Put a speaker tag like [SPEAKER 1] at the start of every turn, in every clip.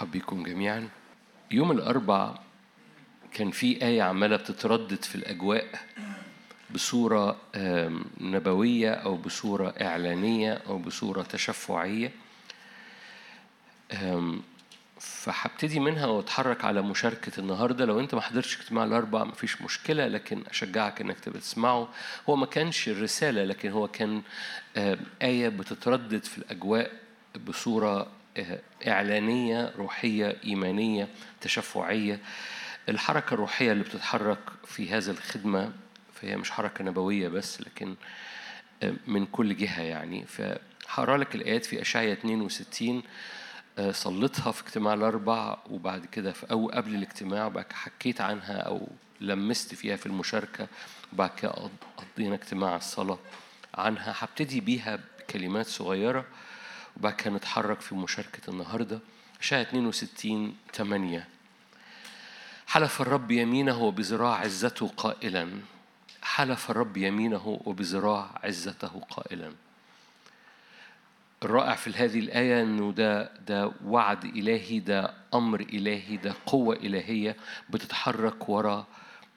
[SPEAKER 1] مرحب بكم جميعا. يوم الأربع كان في آية عمالة بتتردد في الأجواء بصورة نبوية أو بصورة إعلانية أو بصورة تشفعية. فهبتدي منها واتحرك على مشاركة النهاردة. لو أنت ما حضرتش اجتماع الأربع مفيش مشكلة، لكن أشجعك أنك تبقى تسمعه. هو ما كانش الرسالة، لكن هو كان آية بتتردد في الأجواء بصورة إعلانية روحية إيمانية تشفعية. الحركة الروحية اللي بتتحرك في هذا الخدمة فهي مش حركة نبوية بس، لكن من كل جهة يعني. فهقرأ لك الآيات في أشعياء 62 صليتها في اجتماع الأربع، وبعد كده أو قبل الاجتماع وبعد كده حكيت عنها أو لمست فيها في المشاركة، وبعد كده قضينا اجتماع الصلاة عنها. هبتدي بيها بكلمات صغيرة وبعد كده نتحرك في مشاركة النهاردة. أشعياء 62:8: حلف الرب يمينه وبذراع عزته قائلا. حلف الرب يمينه وبذراع عزته قائلا. الرائع في هذه الآية أنه ده وعد إلهي، ده أمر إلهي، ده قوة إلهية بتتحرك وراء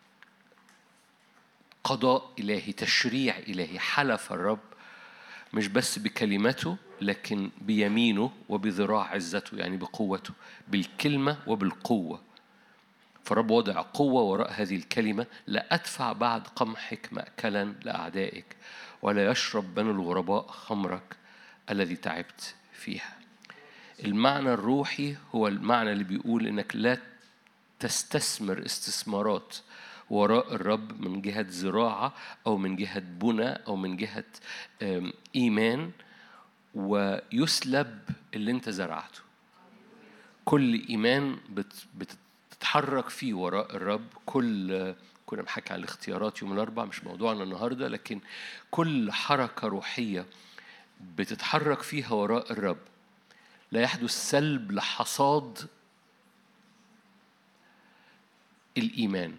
[SPEAKER 1] قضاء إلهي، تشريع إلهي. حلف الرب مش بس بكلمته لكن بيمينه وبذراع عزته، يعني بقوته، بالكلمة وبالقوة. فالرب وضع قوة وراء هذه الكلمة: لا أدفع بعد قمحك مأكلا لأعدائك، ولا يشرب بنو الغرباء خمرك الذي تعبت فيها. المعنى الروحي هو المعنى اللي بيقول إنك لا تستثمر استثمارات وراء الرب من جهة زراعة أو من جهة بنى أو من جهة إيمان ويسلب اللي أنت زرعته. كل إيمان بتتحرك فيه وراء الرب. كنا بنحكي عن الاختيارات يوم الأربع، مش موضوعنا النهاردة، لكن كل حركة روحية بتتحرك فيها وراء الرب لا يحدث سلب لحصاد الإيمان.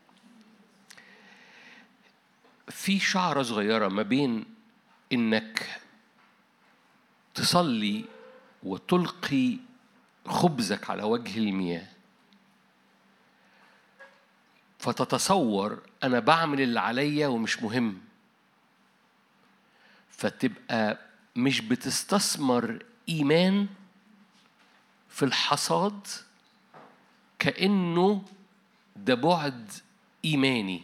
[SPEAKER 1] في شعرة صغيرة ما بين إنك تصلي وتلقي خبزك على وجه المياه فتتصور أنا بعمل اللي عليا ومش مهم، فتبقى مش بتستثمر إيمان في الحصاد كأنه ده بعد إيماني.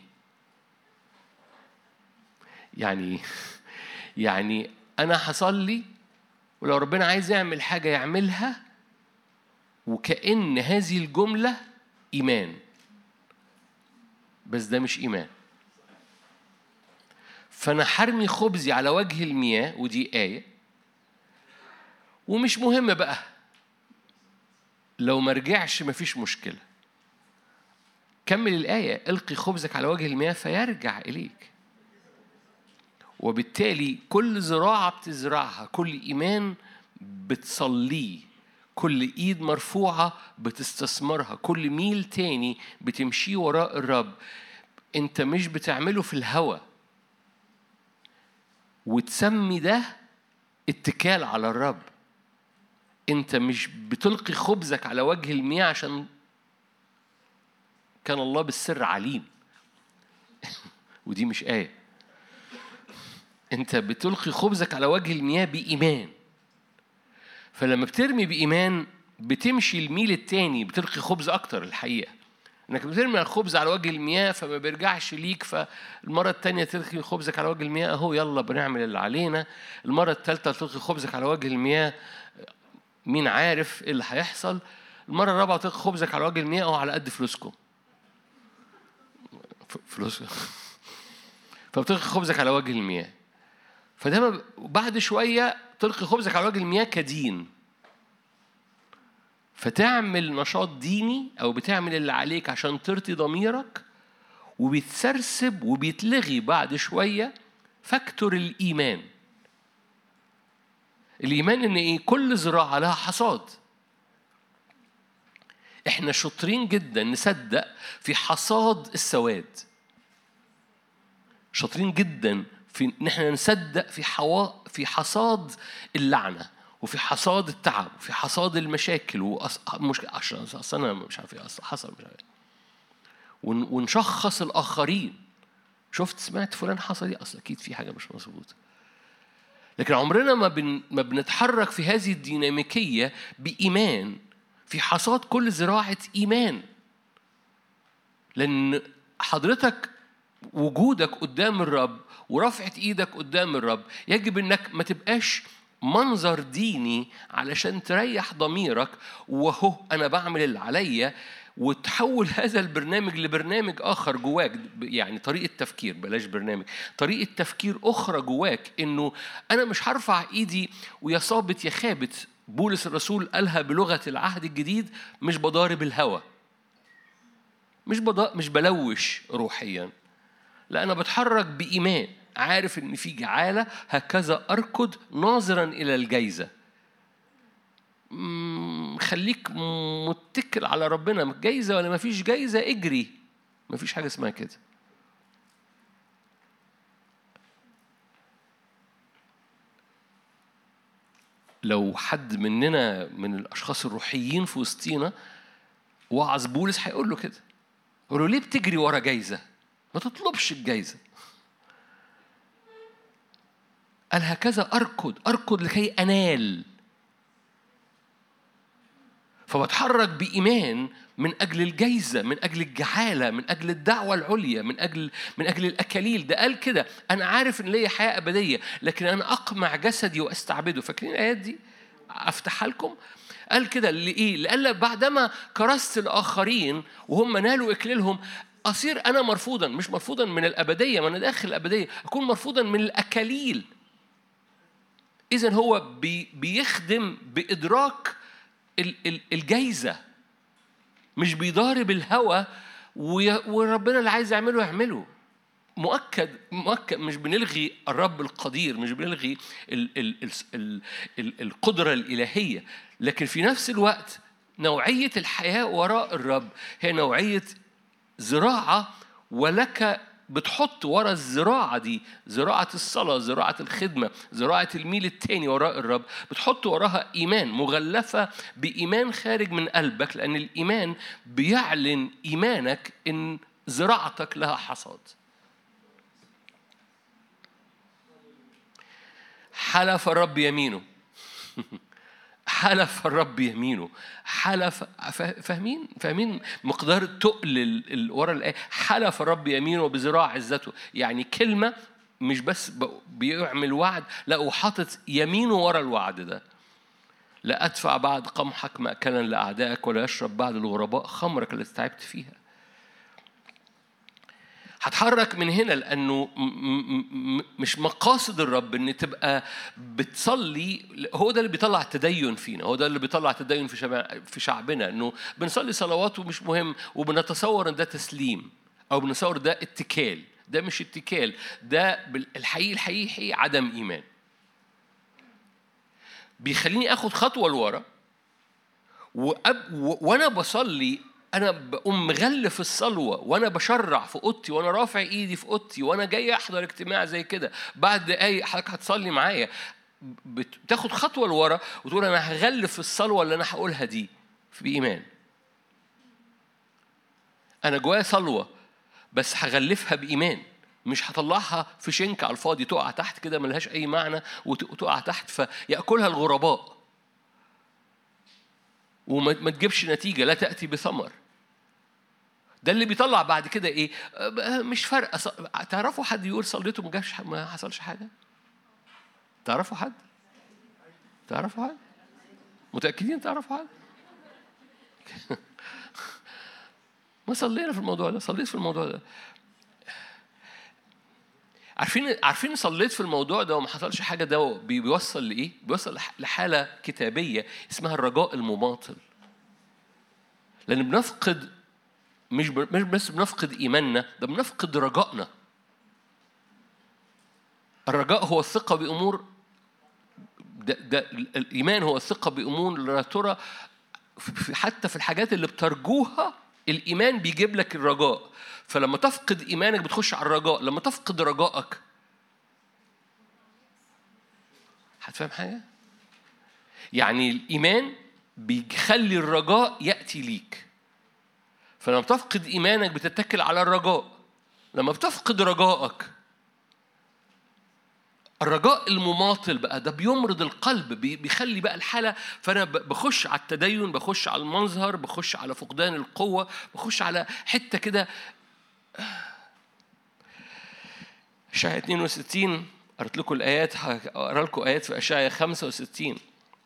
[SPEAKER 1] يعني أنا هصلي ولو ربنا عايز يعمل حاجة يعملها، وكأن هذه الجملة إيمان، بس ده مش إيمان. فأنا حرمي خبزي على وجه المياه، ودي آية، ومش مهم بقى لو مرجعش مفيش مشكلة. كمل الآية: القي خبزك على وجه المياه فيرجع إليك. وبالتالي كل زراعة بتزرعها، كل إيمان بتصليه، كل إيد مرفوعة بتستثمرها، كل ميل تاني بتمشي وراء الرب، أنت مش بتعمله في الهوى وتسمي ده اتكال على الرب. أنت مش بتلقي خبزك على وجه المياه عشان كان الله بالسر عليم ودي مش آية. أنت بتلقي خبزك على وجه المياه بإيمان. فلما بترمي بإيمان بتمشي الميل التاني، بتلقي خبز أكتر. الحقيقة إنك بترمي الخبز على وجه المياه فما بيرجعش ليك، فالمرة التانية تلقي خبزك على وجه المياه، أهو يلا بنعمل اللي علينا. المرة التالتة تلقي خبزك على وجه المياه، مين عارف إيه اللي هيحصل. المرة الرابعة تلقي خبزك على وجه المياه، أو على قد فلوسكم فبتلقي خبزك على وجه المياه. فده بعد شوية تلقي خبزك على وجه المياه كدين، فتعمل نشاط ديني أو بتعمل اللي عليك عشان ترضي ضميرك، وبيتسرسب وبيتلغي بعد شوية فاكتور الإيمان. الإيمان إن إيه؟ كل زراعة لها حصاد. إحنا شاطرين جدا نصدق في حصاد السواد، شاطرين جدا في نحن نصدق في حصاد اللعنة وفي حصاد التعب وفي حصاد المشاكل أصلا أنا مش عارف إيه حصل مش عارف. ونشخص الآخرين. شفت سمعت فلان حصل إيه؟ أصلا أكيد في حاجة مش مظبوطة. لكن عمرنا ما بنتحرك في هذه الديناميكية بإيمان في حصاد كل زراعة إيمان. لأن حضرتك وجودك قدام الرب ورفعة إيدك قدام الرب يجب أنك ما تبقاش منظر ديني علشان تريح ضميرك وهو أنا بعمل اللي عليا، وتحول هذا البرنامج لبرنامج آخر جواك. يعني طريقة تفكير، بلاش برنامج، طريقة تفكير أخرى جواك، إنه أنا مش هرفع إيدي ويا صابت يا خابت. بولس الرسول قالها بلغة العهد الجديد: مش بضارب الهوى، مش بلوش روحيا، لا أنا بتحرك بإيمان، عارف إن في جعالة هكذا أركض ناظرا إلى الجايزة. خليك متكل على ربنا، جايزة ولا ما فيش جايزة اجري، ما فيش حاجة اسمها كده. لو حد مننا من الأشخاص الروحيين في وسطينا وعظ بولس هيقول له كده، يقول له ليه بتجري ورا جايزة؟ ما تطلبش الجايزة. قال هكذا أركض لكي أنال. فبتحرك بإيمان من أجل الجايزة، من أجل الجعالة، من أجل الدعوة العليا، من أجل الأكاليل. ده قال كده: أنا عارف إن ليا حياة أبدية لكن أنا أقمع جسدي وأستعبده. فاكرين الآيات دي؟ أفتحها لكم. قال كده لإيه؟ لأن بعدما كرست الآخرين وهم نالوا إكليلهم أصير أنا مرفوضا، مش مرفوضا من الأبدية، ما أنا داخل الأبدية، أكون مرفوضا من الأكاليل. إذن هو بيخدم بإدراك الجايزة، مش بيضارب الهوى وربنا اللي عايز يعمله يعمله. مؤكد مش بنلغي الرب القدير، مش بنلغي القدرة الإلهية، لكن في نفس الوقت نوعية الحياة وراء الرب هي نوعية زراعة، ولك بتحط وراء الزراعة دي زراعة الصلاة، زراعة الخدمة، زراعة الميل التاني وراء الرب، بتحط وراها إيمان مغلفة بإيمان خارج من قلبك، لأن الإيمان بيعلن إيمانك إن زراعتك لها حصاد. حلف الرب يمينه حلف الرب يمينه، حلف. فاهمين مقدار التقل ورا الآية؟ حلف الرب يمينه بذراع عزته. يعني كلمة مش بس بيعمل وعد، لا وحاطط يمينه ورا الوعد ده. لا أدفع بعد قمحك مأكلا لأعدائك، ولا يشرب بعد الغرباء خمرك التي تعبت فيها. هتحرك من هنا، لأنه مش مقاصد الرب إن تبقى بتصلي. هو ده اللي بيطلع التدين فينا، هو ده اللي بيطلع التدين في شعبنا، إنه بنصلي صلوات ومش مهم، وبنتصور إن ده تسليم أو بنتصور ده اتكال. ده مش اتكال، ده الحقيقي عدم إيمان. بيخليني أخد خطوة لورا، وأنا بصلي أنا بقوم مغلف الصلوة، وأنا بشرع في أوضتي، وأنا رافع إيدي في أوضتي، وأنا جاي أحضر اجتماع زي كده. بعد دقايق حضرتك هتصلي معايا، بتاخد خطوة لورا وتقول أنا هغلف الصلوة اللي أنا هقولها دي بإيمان. أنا جوايا صلوة بس هغلفها بإيمان، مش هطلعها في شنك على الفاضي تقع تحت كده ملهاش أي معنى وتقع تحت فيأكلها الغرباء وما تجيبش نتيجة، لا تأتي بثمر. ده اللي بيطلع بعد كده إيه؟ مش فرق. تعرفوا حد يقول صليته ما حصلش حاجة؟ تعرفوا حد؟ متأكدين تعرفوا حد؟ ما صلينا في الموضوع ده، صليت في الموضوع ده. عارفين صليت في الموضوع ده وما حصلش حاجة، ده بيوصل لإيه؟ بيوصل لحالة كتابية اسمها الرجاء المماطل. لأن بنفقد مش بس بنفقد إيماننا، ده بنفقد رجائنا. الرجاء هو الثقة بأمور، ده الإيمان هو الثقة بأمور لا ترى. حتى في الحاجات اللي بترجوها الإيمان بيجيب لك الرجاء. فلما تفقد إيمانك بتخش على الرجاء. لما تفقد رجائك هتفهم حاجة؟ يعني الإيمان بيخلي الرجاء يأتي ليك. فلما بتفقد إيمانك بتتكل على الرجاء. لما بتفقد رجائك، الرجاء المماطل بقى ده بيمرض القلب، بيخلي بقى الحالة. فأنا بخش على التدين، بخش على المظهر، بخش على فقدان القوة، بخش على حتة كده. أشعياء 62 قرأت لكم الآيات، هقرأ لكم آيات في أشعياء 65.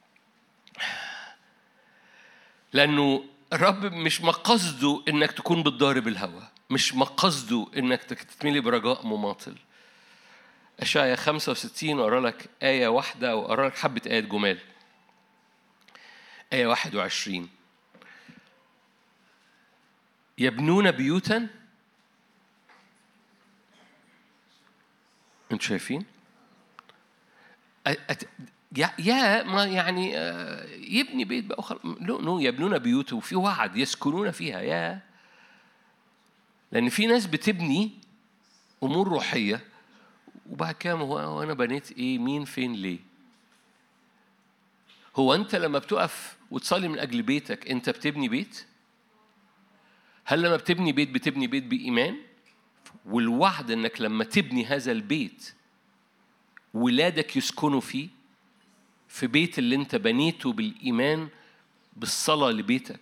[SPEAKER 1] لأنه الرب مش مقصده إنك تكون بتضارب الهوى، مش مقصده إنك تتملي برجاء مماطل. أشعياء 65 وأقرأ لك آية واحدة وأقرأ لك حبة آيات جمال. آية 21: يبنون بيوتا. أنتوا شايفين؟ يا ما يعني يبني بيت بقى نو يبنون بيوت وفي وعد يسكنون فيها. يا لأن في ناس بتبني أمور روحية وبعد كده هو أنا بنيت إيه؟ مين؟ فين؟ ليه؟ هو أنت لما بتقف وتصلي من أجل بيتك أنت بتبني بيت؟ هل لما بتبني بيت بتبني بيت بإيمان؟ والوعد أنك لما تبني هذا البيت ولادك يسكنوا فيه، في بيت اللي أنت بنيته بالإيمان بالصلاة لبيتك.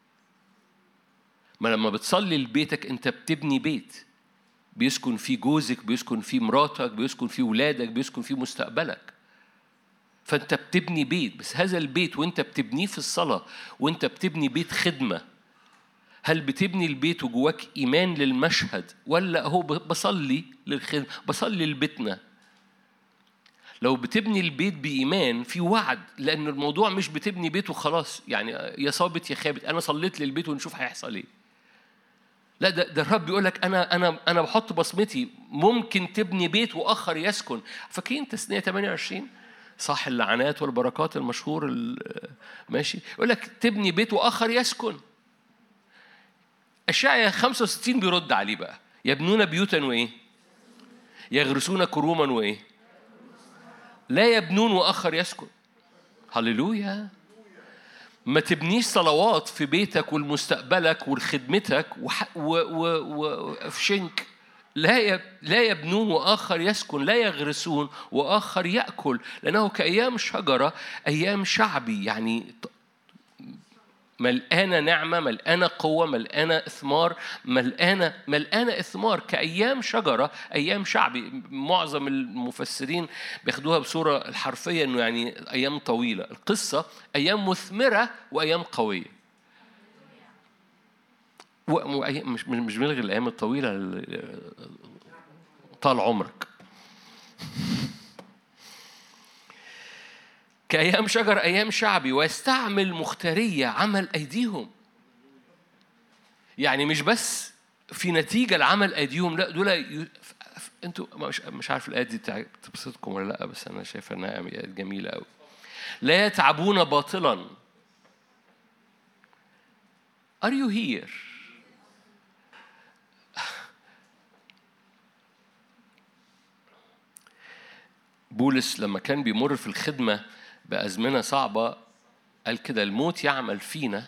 [SPEAKER 1] ما لما بتصلي لبيتك أنت بتبني بيت بيسكن فيه جوزك، بيسكن فيه مراتك، بيسكن فيه ولادك، بيسكن فيه مستقبلك. فأنت بتبني بيت، بس هذا البيت وأنت بتبنيه في الصلاة وأنت بتبني بيت خدمة، هل بتبني البيت وجواك إيمان للمشهد ولا هو بصلي للخدمة، بصلي لبيتنا؟ لو بتبني البيت بإيمان في وعد، لأن الموضوع مش بتبني بيت وخلاص يعني يا صابت يا خابت، أنا صليت للبيت ونشوف هيحصل إيه. لا، ده الرب بيقولك أنا بحط بصمتي. ممكن تبني بيت وآخر يسكن. فاكرين تثنية 28 صح اللعنات والبركات المشهور ماشي؟ يقولك تبني بيت وآخر يسكن. أشعياء 65 بيرد عليه بقى: يبنون بيوتا وإيه؟ يغرسون كروما وإيه؟ لا يبنون وآخر يسكن. هللويا. ما تبنيش صلوات في بيتك والمستقبلك والخدمتك وفي شنك. لا يبنون وآخر يسكن، لا يغرسون وآخر يأكل، لأنه كأيام شجرة أيام شعبي. يعني ملقانة نعمة، ملقانة قوة، ملقانة إثمار، ملقانة إثمار كأيام شجرة أيام شعبي. معظم المفسرين بياخدوها بصورة الحرفية إنه يعني أيام طويلة. القصة أيام مثمرة وأيام قوية. مش بنلغي الأيام الطويلة، طال عمرك. كأيام شجر أيام شعبي ويستعمل مختارية عمل أيديهم. يعني مش بس في نتيجة لعمل أيديهم، لا دول أنتوا مش عارف الآية دي تبسطكم ولا لا، بس أنا شايفة إنها آية جميلة أوي. لا يتعبون باطلا. Are you here؟ بولس لما كان بيمر في الخدمة بأزمنة صعبة قال كده: الموت يعمل فينا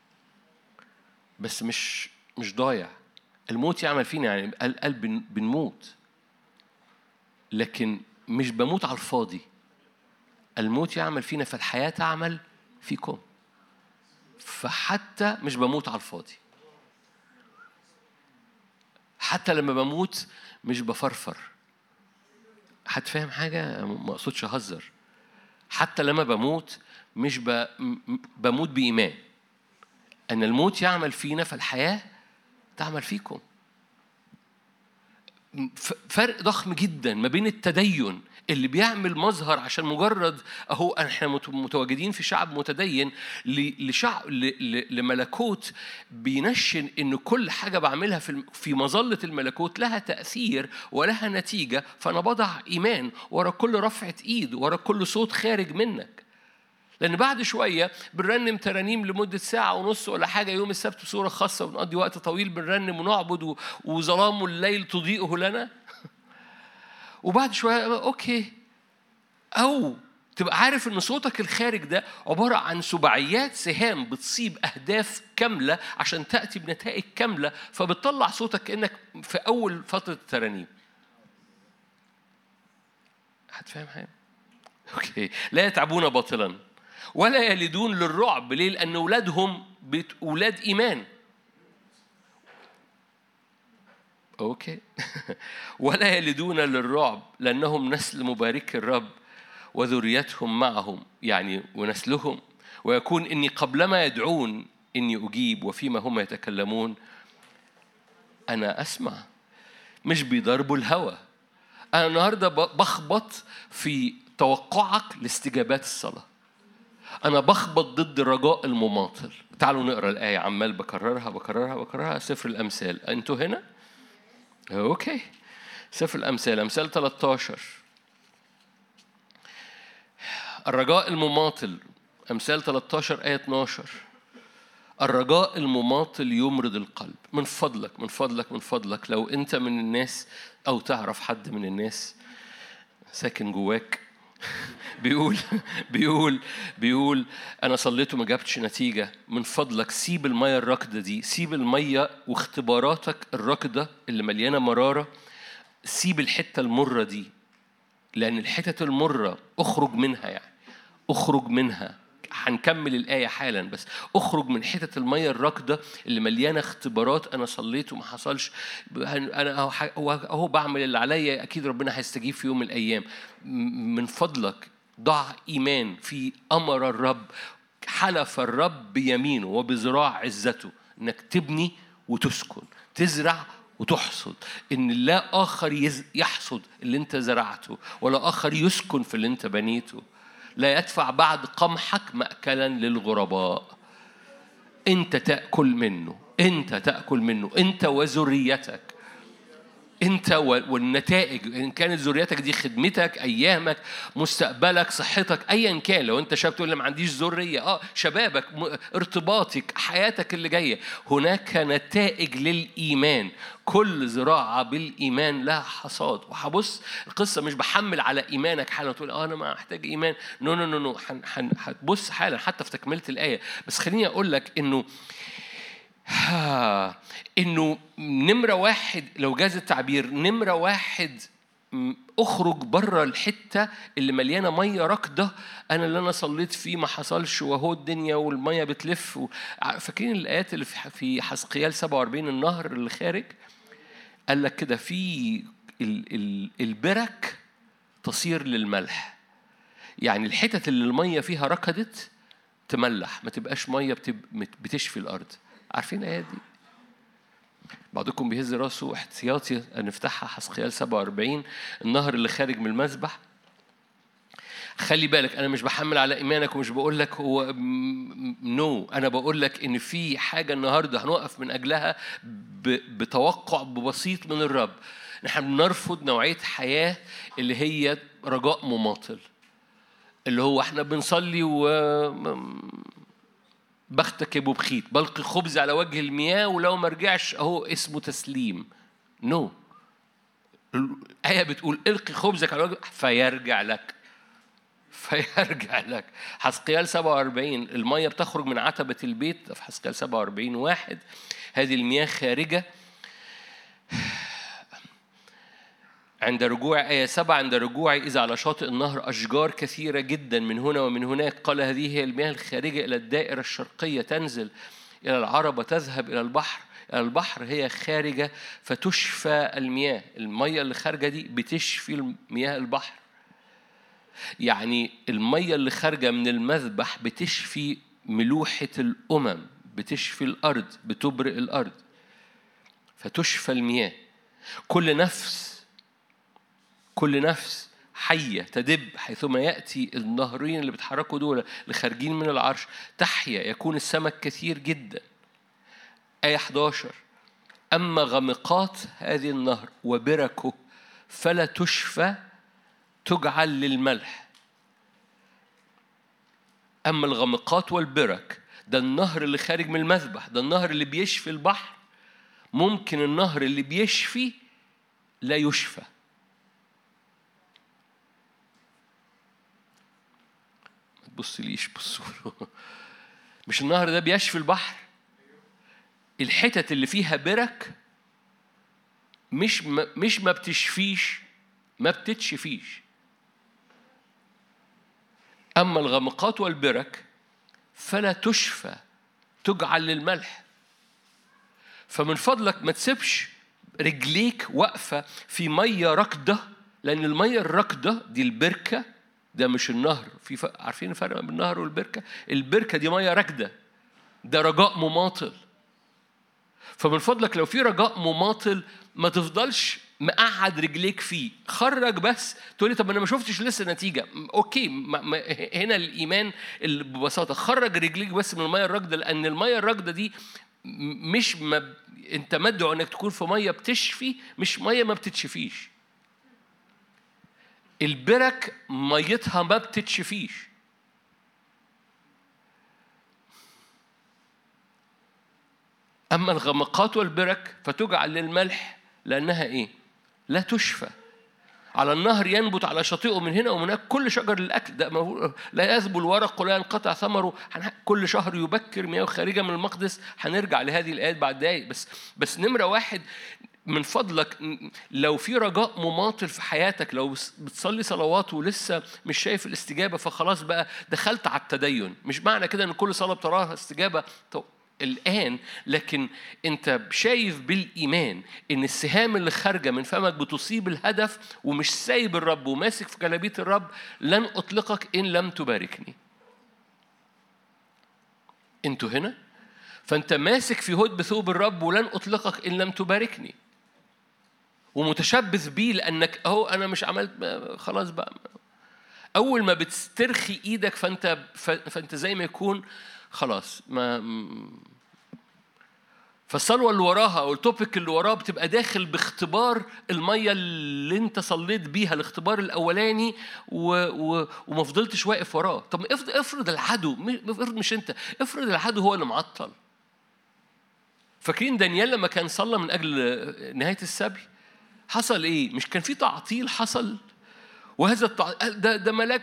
[SPEAKER 1] بس مش ضايع. الموت يعمل فينا يعني قال بنموت، لكن مش بموت على الفاضي. الموت يعمل فينا فالحياة تعمل فيكم. فحتى مش بموت على الفاضي. حتى لما بموت مش بفرفر. هتفهم حاجة؟ ما أقصدش أهزر. حتى لما بموت مش بموت بإيمان أن الموت يعمل فينا فالحياة تعمل فيكم. فرق ضخم جدا ما بين التدين اللي بيعمل مظهر عشان مجرد أهو احنا متواجدين في شعب متدين لشعب لملكوت بينشن إنه كل حاجة بعملها في مظلة الملكوت لها تأثير ولها نتيجة. فأنا بضع إيمان ورا كل رفعة إيد، ورا كل صوت خارج منك. لأن بعد شوية بنرنم ترانيم لمدة ساعة ونص ولا حاجة يوم السبت بصورة خاصة، ونقضي وقت طويل بنرنم ونعبد وظلام الليل تضيئه لنا. وبعد شوية أوكي، أو تبقى عارف إن صوتك الخارج ده عبارة عن سباعيات سهام بتصيب أهداف كاملة عشان تأتي بنتائج كاملة، فبتطلع صوتك كأنك في أول فترة الترانيم. هتفهم حاجة؟ أوكي. لا يتعبون باطلا ولا يلدون للرعب. ليه؟ لأن أولادهم أولاد إيمان. أوكي. ولا يلدون للرعب لأنهم نسل مبارك الرب وذريتهم معهم، يعني ونسلهم. ويكون إني قبلما يدعون إني أجيب، وفيما هم يتكلمون أنا أسمع. مش بيضربوا الهوى. أنا النهاردة بخبط في توقعك لاستجابات الصلاة. أنا بخبط ضد الرجاء المماطل. تعالوا نقرأ الآية، عمال بكررها. سفر الأمثال. أنتوا هنا؟ أوكي. سفر الأمثال، أمثال 13. الرجاء المماطل، أمثال 13 آية 12. الرجاء المماطل يمرض القلب. من فضلك لو أنت من الناس أو تعرف حد من الناس ساكن جواك بيقول أنا صليت وما جابتش نتيجة، من فضلك سيب المية الراكدة دي، سيب المية واختباراتك الراكدة اللي مليانة مرارة، سيب الحتة المرة دي، لأن الحتة المرة أخرج منها. هنكمل الآية حالا، بس أخرج من حتة المية الراكدة اللي مليانة اختبارات. أنا صليت وما حصلش، أنا أهو بعمل اللي عليا، أكيد ربنا هيستجيب في يوم من الأيام. من فضلك ضع إيمان في أمر الرب. حلف الرب بيمينه وبذراع عزته إنك تبني وتسكن، تزرع وتحصد، إن لا آخر يحصد اللي أنت زرعته ولا آخر يسكن في اللي أنت بنيته. لا يدفع بعد قمحك مأكلا للغرباء. أنت تأكل منه، أنت وذريتك، أنت والنتائج. إن كانت ذريتك دي خدمتك، أيامك، مستقبلك، صحتك، أيا كان. لو أنت شاب تقول لي ما عنديش ذرية، شبابك، ارتباطك، حياتك اللي جاية، هناك نتائج للإيمان. كل زراعة بالإيمان لها حصاد. وهبص القصة مش بحمل على إيمانك حالا تقول أنا ما أحتاج إيمان. نو. هتبص حالا حتى في تكملة الآية. بس خليني أقول لك إنه نمرة واحد، لو جاز التعبير، نمرة واحد أخرج برا الحتة اللي مليانة مية راكدة. اللي أنا صليت فيه ما حصلش، وهو الدنيا والمية بتلف. فاكرين الآيات اللي في حزقيال 47 النهر اللي خارج؟ قال لك كده في البرك تصير للملح. يعني الحتة اللي المية فيها ركدت تملح، ما تبقاش مية بتشفي الأرض. عارفين الآيات دي؟ بعضكم بيهز راسه احتياطي نفتحها. حزقيال 47 النهر اللي خارج من المذبح. خلي بالك، أنا مش بحمل على إيمانك ومش بقول لك هو أنا بقول لك إن في حاجة النهاردة هنوقف من أجلها بتوقع بسيط من الرب. نحن بنرفض نوعية حياة اللي هي رجاء مماطل، اللي هو احنا بنصلي بختك بخيت، بلقي خبز على وجه المياه ولو ما رجعش اهو اسمه تسليم. الآية بتقول القي خبزك على وجه فيرجع لك. حزقيال 47 المية بتخرج من عتبة البيت. في حزقيال 47:1 هذه المياه خارجة عند رجوع. آية 7 عند رجوعي إذا على شاطئ النهر أشجار كثيرة جدا من هنا ومن هناك، قال هذه هي المياه الخارجة إلى الدائرة الشرقية، تنزل إلى العربة، تذهب إلى البحر هي خارجة فتشفى المياه. المياه اللي خارجة دي بتشفي مياه البحر. يعني المياه اللي خارجة من المذبح بتشفي ملوحة الأمم، بتشفي الأرض، بتبرئ الأرض فتشفى المياه. كل نفس حية تدب حيثما يأتي النهرين اللي بتحركوا دول اللي خارجين من العرش تحيا، يكون السمك كثير جدا. آية 11 أما غمقات هذه النهر وبركه فلا تشفى، تجعل للملح. أما الغمقات والبرك ده النهر اللي خارج من المذبح، ده النهر اللي بيشفي البحر. ممكن النهر اللي بيشفي لا يشفى. تبصليش، بصوا له. مش النهر ده بيشفي البحر؟ الحتت اللي فيها برك مش ما بتشفيش، ما بتتشفيش. أما الغمقات والبرك فلا تشفى، تجعل للملح. فمن فضلك ما تسيبش رجليك واقفة في مية ركضة، لأن المية الركضة دي البركة، ده مش النهر. عارفين الفرق بين النهر والبركة؟ البركة دي مية راكدة، ده رجاء مماطل. فمن فضلك لو في رجاء مماطل ما تفضلش مقعد رجليك فيه، خرج بس. تقول لي طب انا ما شفتش لسه نتيجه. اوكي، هنا الايمان ببساطه، خرج رجليك بس من الميه الراكده، لان الميه الراكده دي مش انت مدعو انك تكون في ميه بتشفي، مش ميه ما بتتشفيش. البرك ميتها ما بتتشفيش. أما الغمقات والبرك فتجعل للملح، لأنها إيه؟ لا تشفى. على النهر ينبت على شاطئه من هنا ومن هناك كل شجر للأكل، ده لا يذبل الورق ولا ينقطع ثمره، كل شهر يبكر مياه خارجة من المقدس. هنرجع لهذه الآيات بعد دقايق. بس نمرة واحد، من فضلك لو في رجاء مماطل في حياتك، لو بتصلي صلوات ولسه مش شايف الاستجابة، فخلاص بقى دخلت على التدين. مش معنى كده ان كل صلاة بتراها استجابة الآن، لكن أنت شايف بالإيمان إن السهام اللي خارجة من فمك بتصيب الهدف، ومش سايب الرب وماسك في جلابية الرب. لن أطلقك إن لم تباركني. أنتوا هنا؟ فأنت ماسك في هد بثوب الرب، ولن أطلقك إن لم تباركني، ومتشبث بيه لأنك أهو أنا مش عملت خلاص بقى. أول ما بتسترخي إيدك فأنت زي ما يكون خلاص فالصلوة اللي وراها أو التوبيك اللي وراها بتبقى داخل باختبار المية اللي انت صليت بيها، الاختبار الأولاني، وما فضلتش واقف وراه. طب افرض العدو، مش انت، افرض العدو هو اللي معطل. فاكرين دانيال لما كان صلى من أجل نهاية السبي حصل إيه؟ مش كان في تعطيل حصل؟ وهذا ده ملاك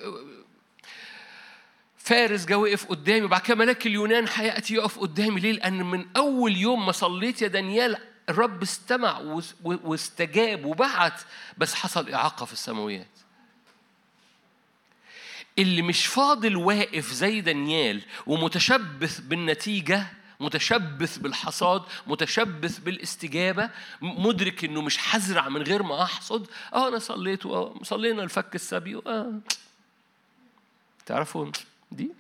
[SPEAKER 1] فارس جا وقف قدامي، وبعد كده ملاك اليونان هيأتي يقف قدامي. ليه؟ لأن من أول يوم ما صليت يا دانيال الرب استمع واستجاب وبعت، بس حصل إعاقة في السماويات. اللي مش فاضل واقف زي دانيال ومتشبث بالنتيجة، متشبث بالحصاد، متشبث بالاستجابة، مدرك إنه مش هزرع من غير ما أحصد. أنا صليت صلينا الفك السبي تعرفون دي.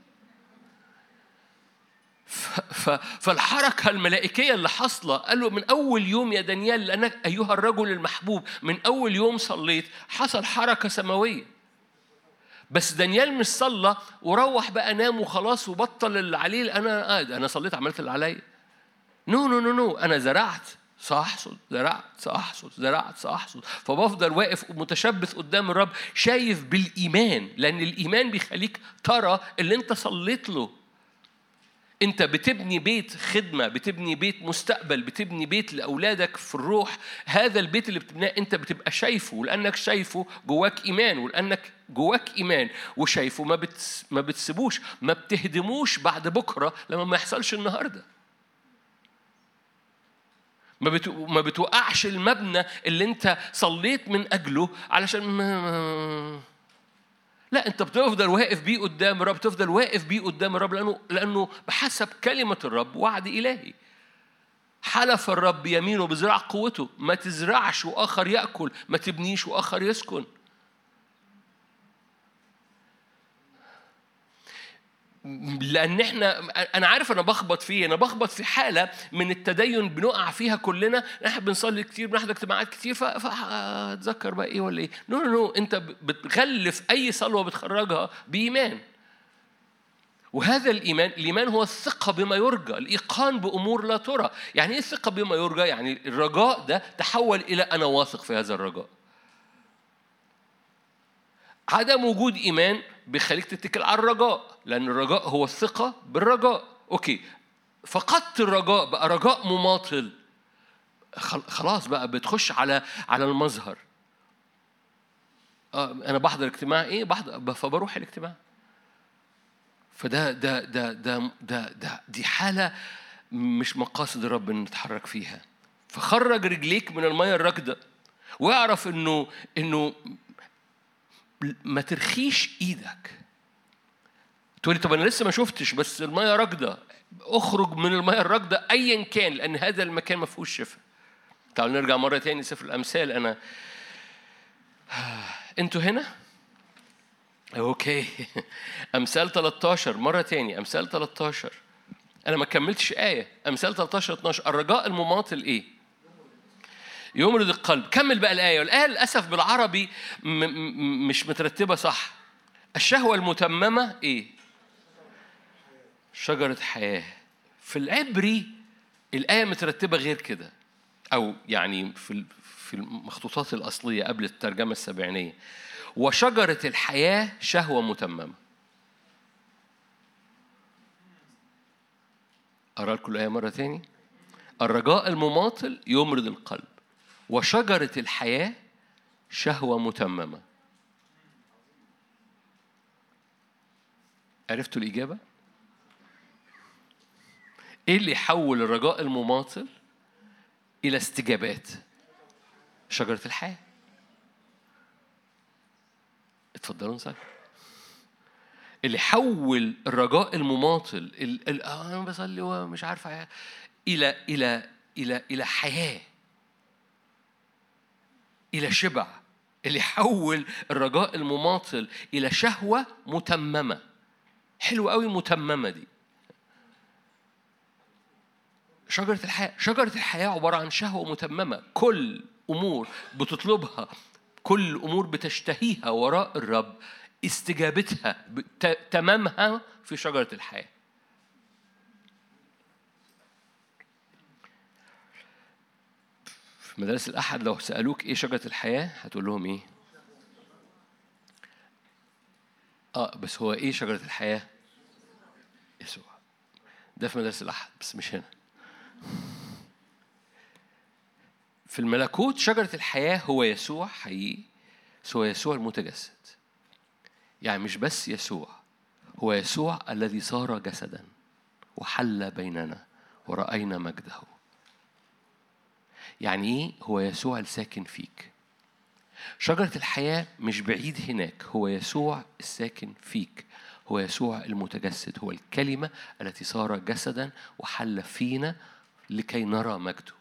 [SPEAKER 1] فالحركة الملائكية اللي حصلة، قال له من أول يوم يا دانيال، لأنك أيها الرجل المحبوب من أول يوم صليت، حصل حركة سماوية. بس دانيال مش صلى وروح بقى نام وخلاص وبطل اللي عليه. أنا صليت عملت اللي عليا. نو أنا زرعت سأحصد، زرعت سأحصد، زرعت سأحصد. فبفضل واقف متشبث قدام الرب، شايف بالإيمان، لأن الإيمان بيخليك ترى اللي أنت صليت له. أنت بتبني بيت خدمة، بتبني بيت مستقبل، بتبني بيت لأولادك في الروح. هذا البيت اللي بتبناه أنت بتبقى شايفه، ولأنك شايفه جواك إيمان، ولأنك جواك إيمان وشايفه ما بتسيبوش، ما بتهدموش بعد بكرة لما ما يحصلش النهاردة. ما بتوقعش المبنى اللي أنت صليت من أجله علشان لا، أنت بتفضل واقف بيه قدام الرب، بتفضل واقف بيه قدام الرب، لأنه بحسب كلمة الرب وعد إلهي. حلف الرب يمينه بزراع قوته، ما تزرعش وآخر يأكل، ما تبنيش وآخر يسكن. لأن أنا عارف أنا بخبط في حالة من التدين بنقع فيها كلنا. إحنا بنصلي كتير، بنحضر اجتماعات كتير، فأتذكر بقى إيه ولا إيه. نو أنت بتغلف أي صلوة بتخرجها بإيمان. وهذا الإيمان هو الثقة بما يرجى، الإيقان بأمور لا ترى. يعني إيه الثقة بما يرجى؟ يعني الرجاء ده تحول إلى أنا واثق في هذا الرجاء. عدم وجود إيمان بيخليك تتكل على الرجاء، لأن الرجاء هو الثقة بالرجاء. أوكي، فقدت الرجاء، بقى رجاء مماطل. خلاص بقى بتخش على المظهر. أنا بحضر اجتماع إيه؟ فبروح الاجتماع. فده دي حالة مش مقاصد الرب إن نتحرك فيها. فخرج رجليك من المية الراكدة، واعرف إنه ما ترخيش إيدك. تقولي طب أنا لسه ما شفتش، بس المية راكدة. اخرج من المية الراكدة أيا كان، لأن هذا المكان ما فيهوش شفاء. تعالوا نرجع مرة تاني سفر الأمثال. أنتوا هنا؟ أوكي. أمثال 13 مرة تاني. أمثال 13 أنا ما كملتش آية. أمثال 13-12. الرجاء المماطل إيه؟ يمرض القلب. كمل بقى الآية. والآية للأسف بالعربي مش مترتبة صح. الشهوة المتممة إيه؟ شجرة حياة. في العبري الآية مترتبة غير كده، أو يعني في المخطوطات الأصلية قبل الترجمة السبعينية. وشجرة الحياة شهوة متممة. أقرأ لكم الآية مرة تاني. الرجاء المماطل يمرض القلب، وشجرة الحياة شهوة متممة. عرفتوا الإجابة؟ إيه اللي يحول الرجاء المماطل إلى استجابات؟ شجرة الحياة. اتفضلوا نصلي. اللي يحول الرجاء المماطل أنا بصلي ومش عارفة إلى حياة، إلى شبع. اللي يحول الرجاء المماطل إلى شهوة متممة. حلوة قوي متممة دي. شجرة الحياة. شجرة الحياة عبارة عن شهوة متممة. كل أمور بتطلبها، كل أمور بتشتهيها وراء الرب، استجابتها تمامها في شجرة الحياة. في مدارس الأحد لو سألوك إيه شجرة الحياة هتقول لهم إيه؟ بس هو إيه شجرة الحياة؟ يسوع. ده في مدارس الأحد بس مش هنا. في الملكوت شجرة الحياة هو يسوع حقيقي، هو يسوع المتجسد. يعني مش بس يسوع، هو يسوع الذي صار جسدا وحل بيننا ورأينا مجده. يعني إيه؟ هو يسوع الساكن فيك. شجرة الحياة مش بعيد هناك، هو يسوع الساكن فيك، هو يسوع المتجسد، هو الكلمة التي صار جسدا وحل فينا لكي نرى مجده.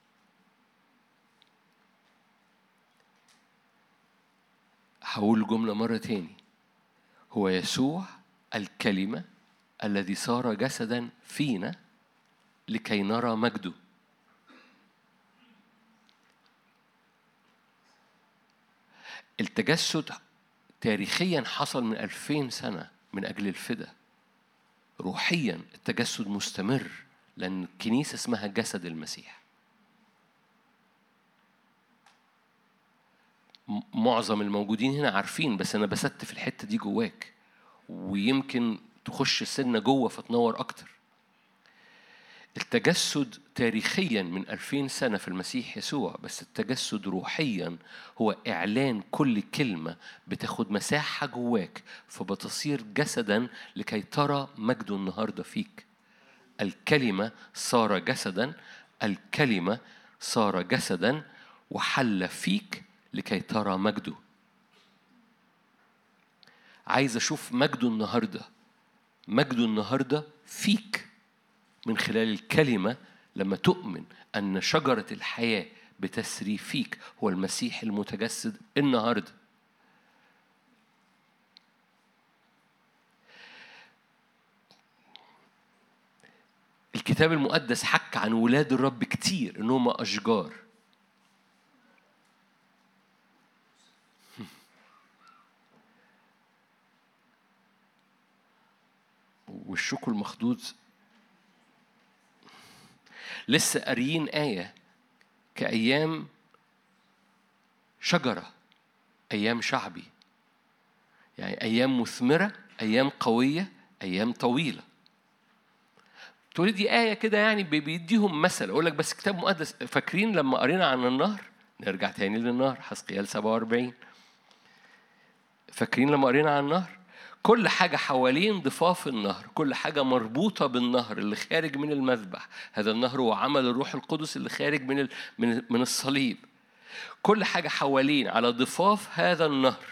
[SPEAKER 1] هقول جملة مرة تاني. هو يسوع الكلمة الذي صار جسدا فينا لكي نرى مجده. التجسد تاريخيا حصل من 2000 سنة من أجل الفداء. روحيا التجسد مستمر، لأن الكنيسة اسمها جسد المسيح. معظم الموجودين هنا عارفين، بس أنا بست في الحتة دي جواك، ويمكن تخش السنة جوه فتنور أكتر. التجسد تاريخيا من 2000 سنة في المسيح يسوع، بس التجسد روحيا هو إعلان كل كلمة بتاخد مساحة جواك فبتصير جسدا لكي ترى مجده النهاردة فيك. الكلمة صار جسدا، الكلمة صار جسدا وحل فيك لكي ترى مجده. عايز أشوف مجده النهاردة. مجده النهاردة فيك من خلال الكلمة. لما تؤمن أن شجرة الحياة بتسري فيك هو المسيح المتجسد النهاردة. الكتاب المقدس حكى عن ولاد الرب كتير إنهم أشجار. والشوك المخدود لسه قاريين آية كأيام شجرة، أيام شعبي، يعني أيام مثمرة، أيام قوية، أيام طويلة. تقول دي آية كده يعني بيديهم مثل. أقول لك بس كتاب مقدس. فاكرين لما قرينا عن النهر؟ نرجع تاني للنهر. حزقيال 47. فاكرين لما قرينا عن النهر؟ كل حاجة حوالين ضفاف النهر، كل حاجة مربوطة بالنهر اللي خارج من المذبح. هذا النهر هو عمل الروح القدس اللي خارج من الصليب. كل حاجة حوالين على ضفاف هذا النهر.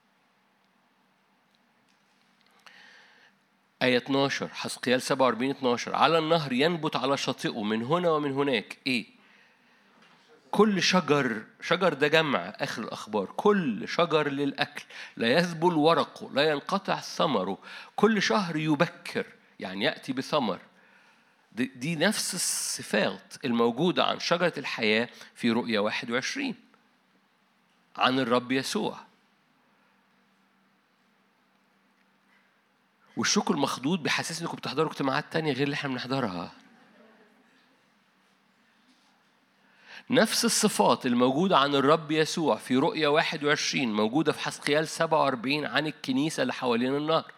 [SPEAKER 1] آية 12 حزقيال 47:12 على النهر ينبت على شاطئه من هنا ومن هناك إيه؟ كل شجر ده جمع آخر الأخبار، كل شجر للأكل لا يذبل ورقه لا ينقطع ثمره، كل شهر يبكر يعني يأتي بثمر. دي نفس الصفات الموجودة عن شجرة الحياة في رؤية 21 عن الرب يسوع. والشوك المخضوض بيحسسني انكم بتحضروا اجتماعات تانية غير اللي احنا بنحضرها. نفس الصفات الموجودة عن الرب يسوع في رؤية 21 موجودة في حزقيال 47 عن الكنيسة اللي حوالين النهر.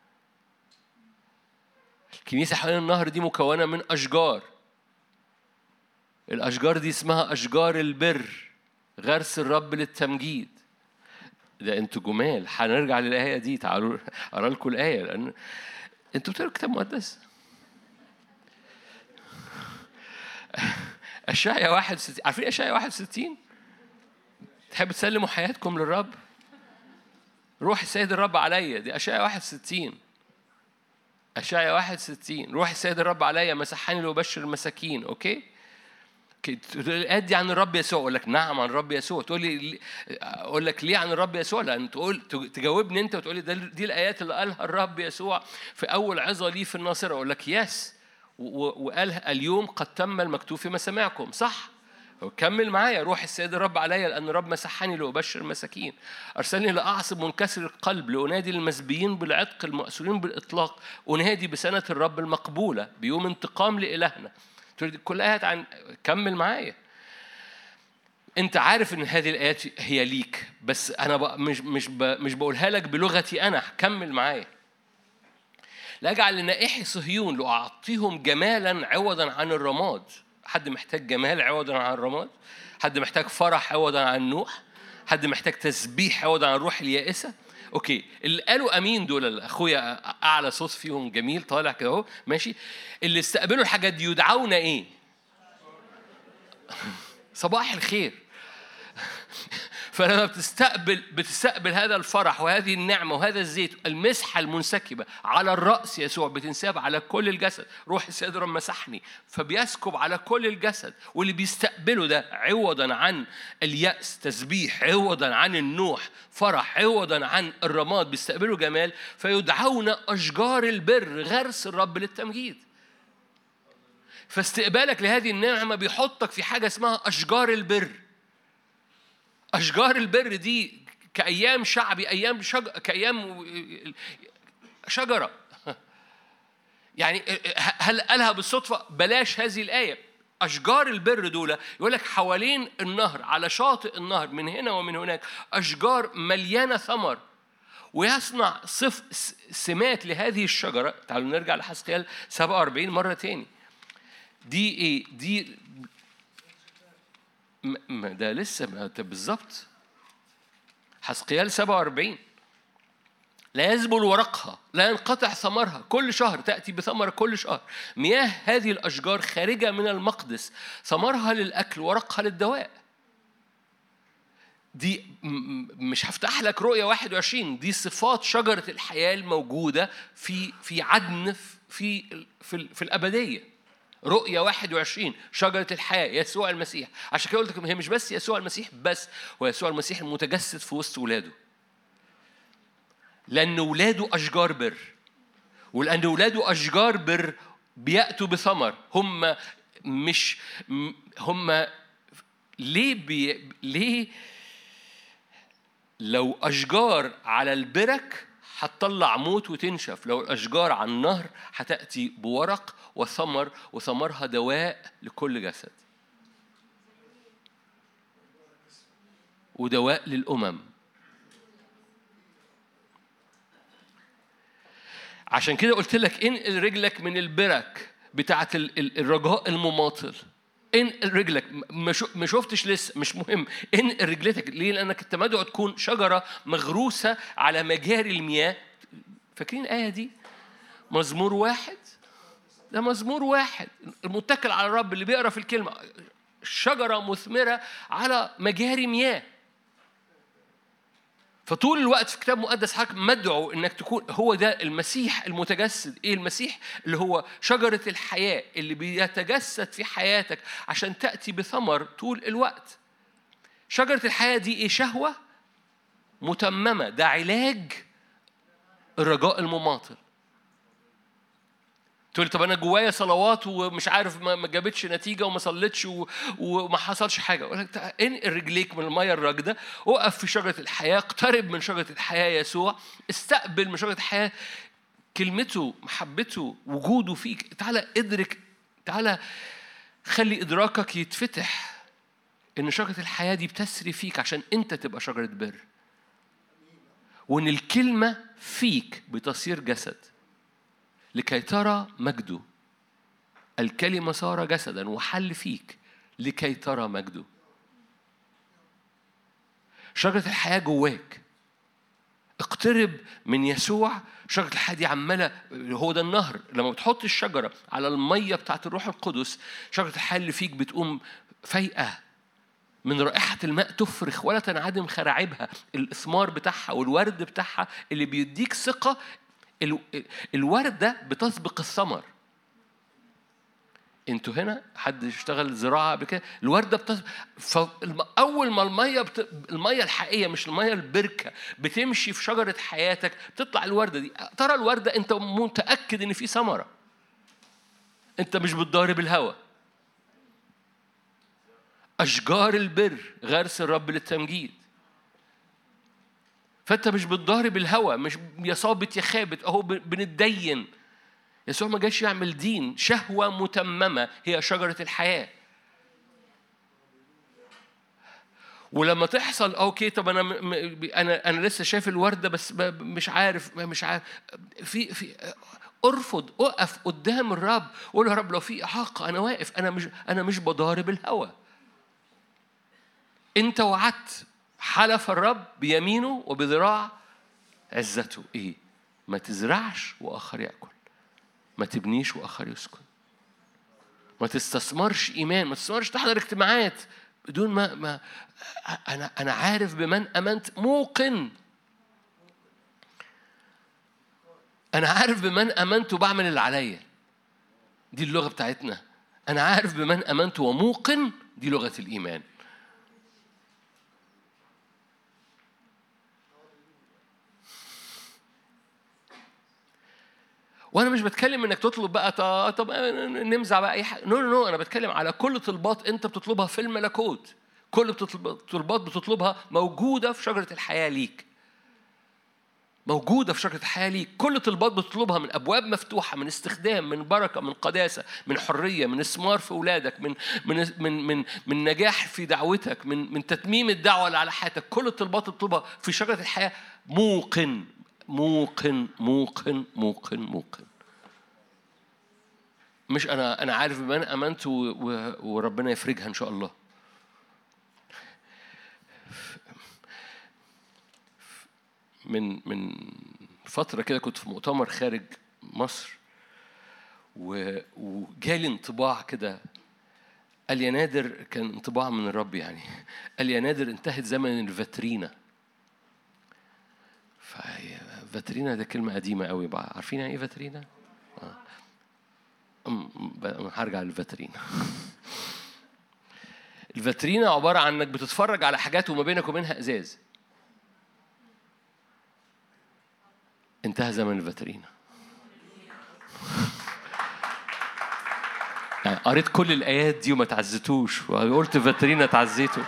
[SPEAKER 1] الكنيسة حوالين النهر دي مكونة من أشجار. الأشجار دي اسمها أشجار البر، غرس الرب للتمجيد. ده انتوا جمال. هنرجع للآية دي، تعالوا أقرأ لكم الآية لأن انتوا بتقروا كتاب مقدس. أشعياء 61. عارفين أشعياء 61؟ تحب تسلموا حياتكم للرب؟ روح السيد الرب عليا. دي أشعياء 61. أشعياء 61 روح السيد الرب عليا مسحني لأبشر المساكين. أوكي؟ أدي عن الرب يسوع. أقول لك نعم عن الرب يسوع. تقول لي أقول لك ليه عن الرب يسوع؟ لأن تجاوبني أنت وتقول لي دي الآيات اللي قالها الرب يسوع في أول عظة لي في الناصرة. أقول لك يس، وقالها اليوم قد تم المكتوب في مسامعكم. صح؟ كمل معايا. روح السيد الرب عليا لأن الرب مسحني لأبشر المساكين، أرسلني لأعصب منكسر القلب، لأنادي المسبيين بالعتق، المأسورين بالإطلاق، أنادي بسنة الرب المقبولة، بيوم انتقام لإلهنا. كل آيات عن كمل معايا. أنت عارف إن هذه الآيات هي ليك، بس أنا مش بقولها لك بلغتي أنا. كمل معايا. لأجعل لنائحي صهيون لأعطيهم جمالا عوضا عن الرماد. حد محتاج جمال عوضا عن الرماد؟ حد محتاج فرح عوضا عن نوح؟ حد محتاج تسبيح عوضا عن الروح اليائسة؟ اوكي، اللي قالوا امين دول اخويا اعلى صوت فيهم جميل طالع كده اهو ماشي. اللي استقبلوا الحاجات دي يدعون ايه؟ صباح الخير. فلما بتستقبل هذا الفرح وهذه النعمة وهذا الزيت، المسحة المنسكبة على الرأس يسوع بتنساب على كل الجسد. روح السيد الرب مسحني فبيسكب على كل الجسد. واللي بيستقبله ده عوضا عن اليأس تسبيح، عوضا عن النوح فرح، عوضا عن الرماد بيستقبلوا جمال، فيدعون أشجار البر غرس الرب للتمجيد. فاستقبالك لهذه النعمة بيحطك في حاجة اسمها أشجار البر. أشجار البر دي كأيام شعبي، كأيام شجرة. يعني هل قالها بالصدفة؟ بلاش هذه الآية. أشجار البر دول يقول لك حوالين النهر على شاطئ النهر من هنا ومن هناك أشجار مليانة ثمر، ويصنع سمات لهذه الشجرة. تعالوا نرجع لحزقيال 47 مرة تاني. دي إيه؟ دي ده لسه بالظبط. حزقيال 47 لا يذبل ورقها لا ينقطع ثمرها، كل شهر تأتي بثمر كل شهر. مياه هذه الأشجار خارجة من المقدس، ثمرها للأكل ورقها للدواء. دي مش هفتح لك رؤية 21. دي صفات شجرة الحياة الموجودة في عدن في الأبدية. رؤية 21 شجرة الحياة يسوع المسيح. عشان كده قلت لكم هي مش بس يسوع المسيح بس، هو يسوع المسيح المتجسد في وسط ولاده. لأن ولاده أشجار بر، ولأن ولاده أشجار بر بيأتوا بثمر. هم ليه لو أشجار على البرك هتطلع موت وتنشف، لو الأشجار على النهر هتأتي بورق وثمر، وثمرها دواء لكل جسد ودواء للأمم. عشان كده قلت لك انقل رجلك من البرك بتاعة الرجاء المماطل. انقل رجلك. ما شفتش لسه، مش مهم. انقل رجلتك. ليه؟ لأنك انت مدعو تكون شجرة مغروسة على مجاري المياه. فاكرين الآية دي؟ مزمور 1. ده مزمور 1. المتكل على الرب اللي بيقرأ في الكلمة شجرة مثمرة على مجاري مياه. فطول الوقت في كتاب مقدس حضرتك مدعو انك تكون هو ده المسيح المتجسد. ايه المسيح؟ اللي هو شجرة الحياة اللي بيتجسد في حياتك عشان تأتي بثمر طول الوقت. شجرة الحياة دي ايه؟ شهوة متممة. ده علاج الرجاء المماطل. تقول طب انا جوايا صلوات ومش عارف ما جابتش نتيجه وما صليتش وما حصلش حاجه. اقول لك انقل رجليك من الميه الراكده، اقف في شجره الحياه، اقترب من شجره الحياه يسوع، استقبل من شجره الحياه كلمته، محبته، وجوده فيك. تعالى ادرك، تعالى خلي ادراكك يتفتح ان شجره الحياه دي بتسري فيك عشان انت تبقى شجره بر، وان الكلمه فيك بتصير جسد لكي ترى مجده. الكلمة صار جسدا وحل فيك لكي ترى مجده. شجرة الحياة جواك. اقترب من يسوع. شجرة الحياة دي عمالة، هو ده النهر. لما بتحط الشجرة على المية بتاعت الروح القدس، شجرة الحياة اللي فيك بتقوم فايقة من رائحة الماء، تفرخ ولا تنعدم خراعبها. الإثمار بتاعها والورد بتاعها اللي بيديك ثقة. الوردة بتسبق الثمر. انتوا هنا حد يشتغل زراعة بكده؟ الوردة فأول ما المية الحقيقية مش المية البركة بتمشي في شجرة حياتك، بتطلع الوردة دي. ترى الوردة انت متأكد ان في ثمرة. انت مش بتضارب الهوى. أشجار البر غرس الرب للتمجيد. فانت مش بتضارب الهوى، مش يا صابت يا خابت اهو بنتدين. يسوع ما جاش يعمل دين. شهوة متممة هي شجرة الحياة. ولما تحصل اوكي طب انا لسه شايف الوردة بس مش عارف في ارفض، اقف قدام الرب قول يا رب لو في اعاقة انا واقف. انا مش بضارب الهوى. انت وعدت، حلف الرب بيمينه وبذراع عزته. ايه؟ ما تزرعش واخر ياكل، ما تبنيش واخر يسكن، ما تستثمرش ايمان، ما تستثمرش تحضر اجتماعات بدون ما انا عارف بمن امنت، موقن. انا عارف بمن امنت وبعمل اللي عليا. دي اللغه بتاعتنا. انا عارف بمن امنت وموقن. دي لغه الايمان. وانا مش بتكلم انك تطلب بقى طب نمزع بقى اي حاجه. نو انا بتكلم على كل طلبات انت بتطلبها في الملكوت. كل طلبات بتطلبها موجوده في شجره الحياه ليك. موجوده في شجره الحياه ليك. كل طلبات بتطلبها من ابواب مفتوحه، من استخدام، من بركه، من قداسه، من حريه، من اثمار في اولادك، من نجاح في دعوتك، من تتميم الدعوه اللي على حياتك. كل الطلبات بتطلبها في شجره الحياه. موقن موقن موقن موقن موقن. مش أنا عارف بمن أمنت وربنا يفرجها إن شاء الله. من فترة كده كنت في مؤتمر خارج مصر وجالي انطباع كده. قال يا نادر، كان انطباع من الرب يعني. قال يا نادر انتهت زمن الفاترينا. فاترينا ده كلمة قديمة قوي بقى. عارفين يعني ايه فاترينا؟ هرجع للفاترينا. الفاترينا عبارة عن انك بتتفرج على حاجات وما بينك وبينها ازاز. انتهى زمن الفاترينا. يعني قريت كل الآيات دي وما تعزتوش، وقلت فاترينا تعزيته.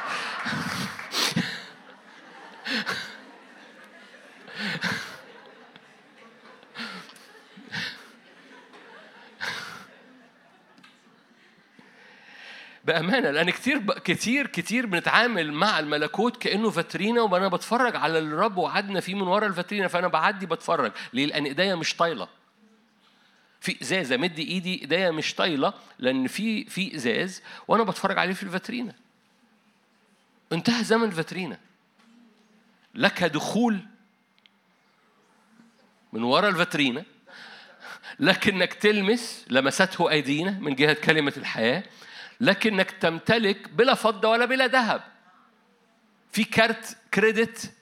[SPEAKER 1] بأمانة، لأن كتير بنتعامل مع الملكوت كأنه فاترينا، وأنا بتفرج على الرب وعدنا فيه من وراء الفاترينا. فأنا بعدي بتفرج ليه؟ لأن إيديا مش طايلة في إزازة. مد إيدي، إيديا مش طايلة لأن في إزاز وأنا بتفرج عليه في الفاترينا. انتهى زمن الفاترينا. لك دخول من وراء الفاترينا، لكنك تلمس لمسته أيدينا من جهة كلمة الحياة، لكنك تمتلك بلا فضة ولا بلا ذهب. في كارت كريدت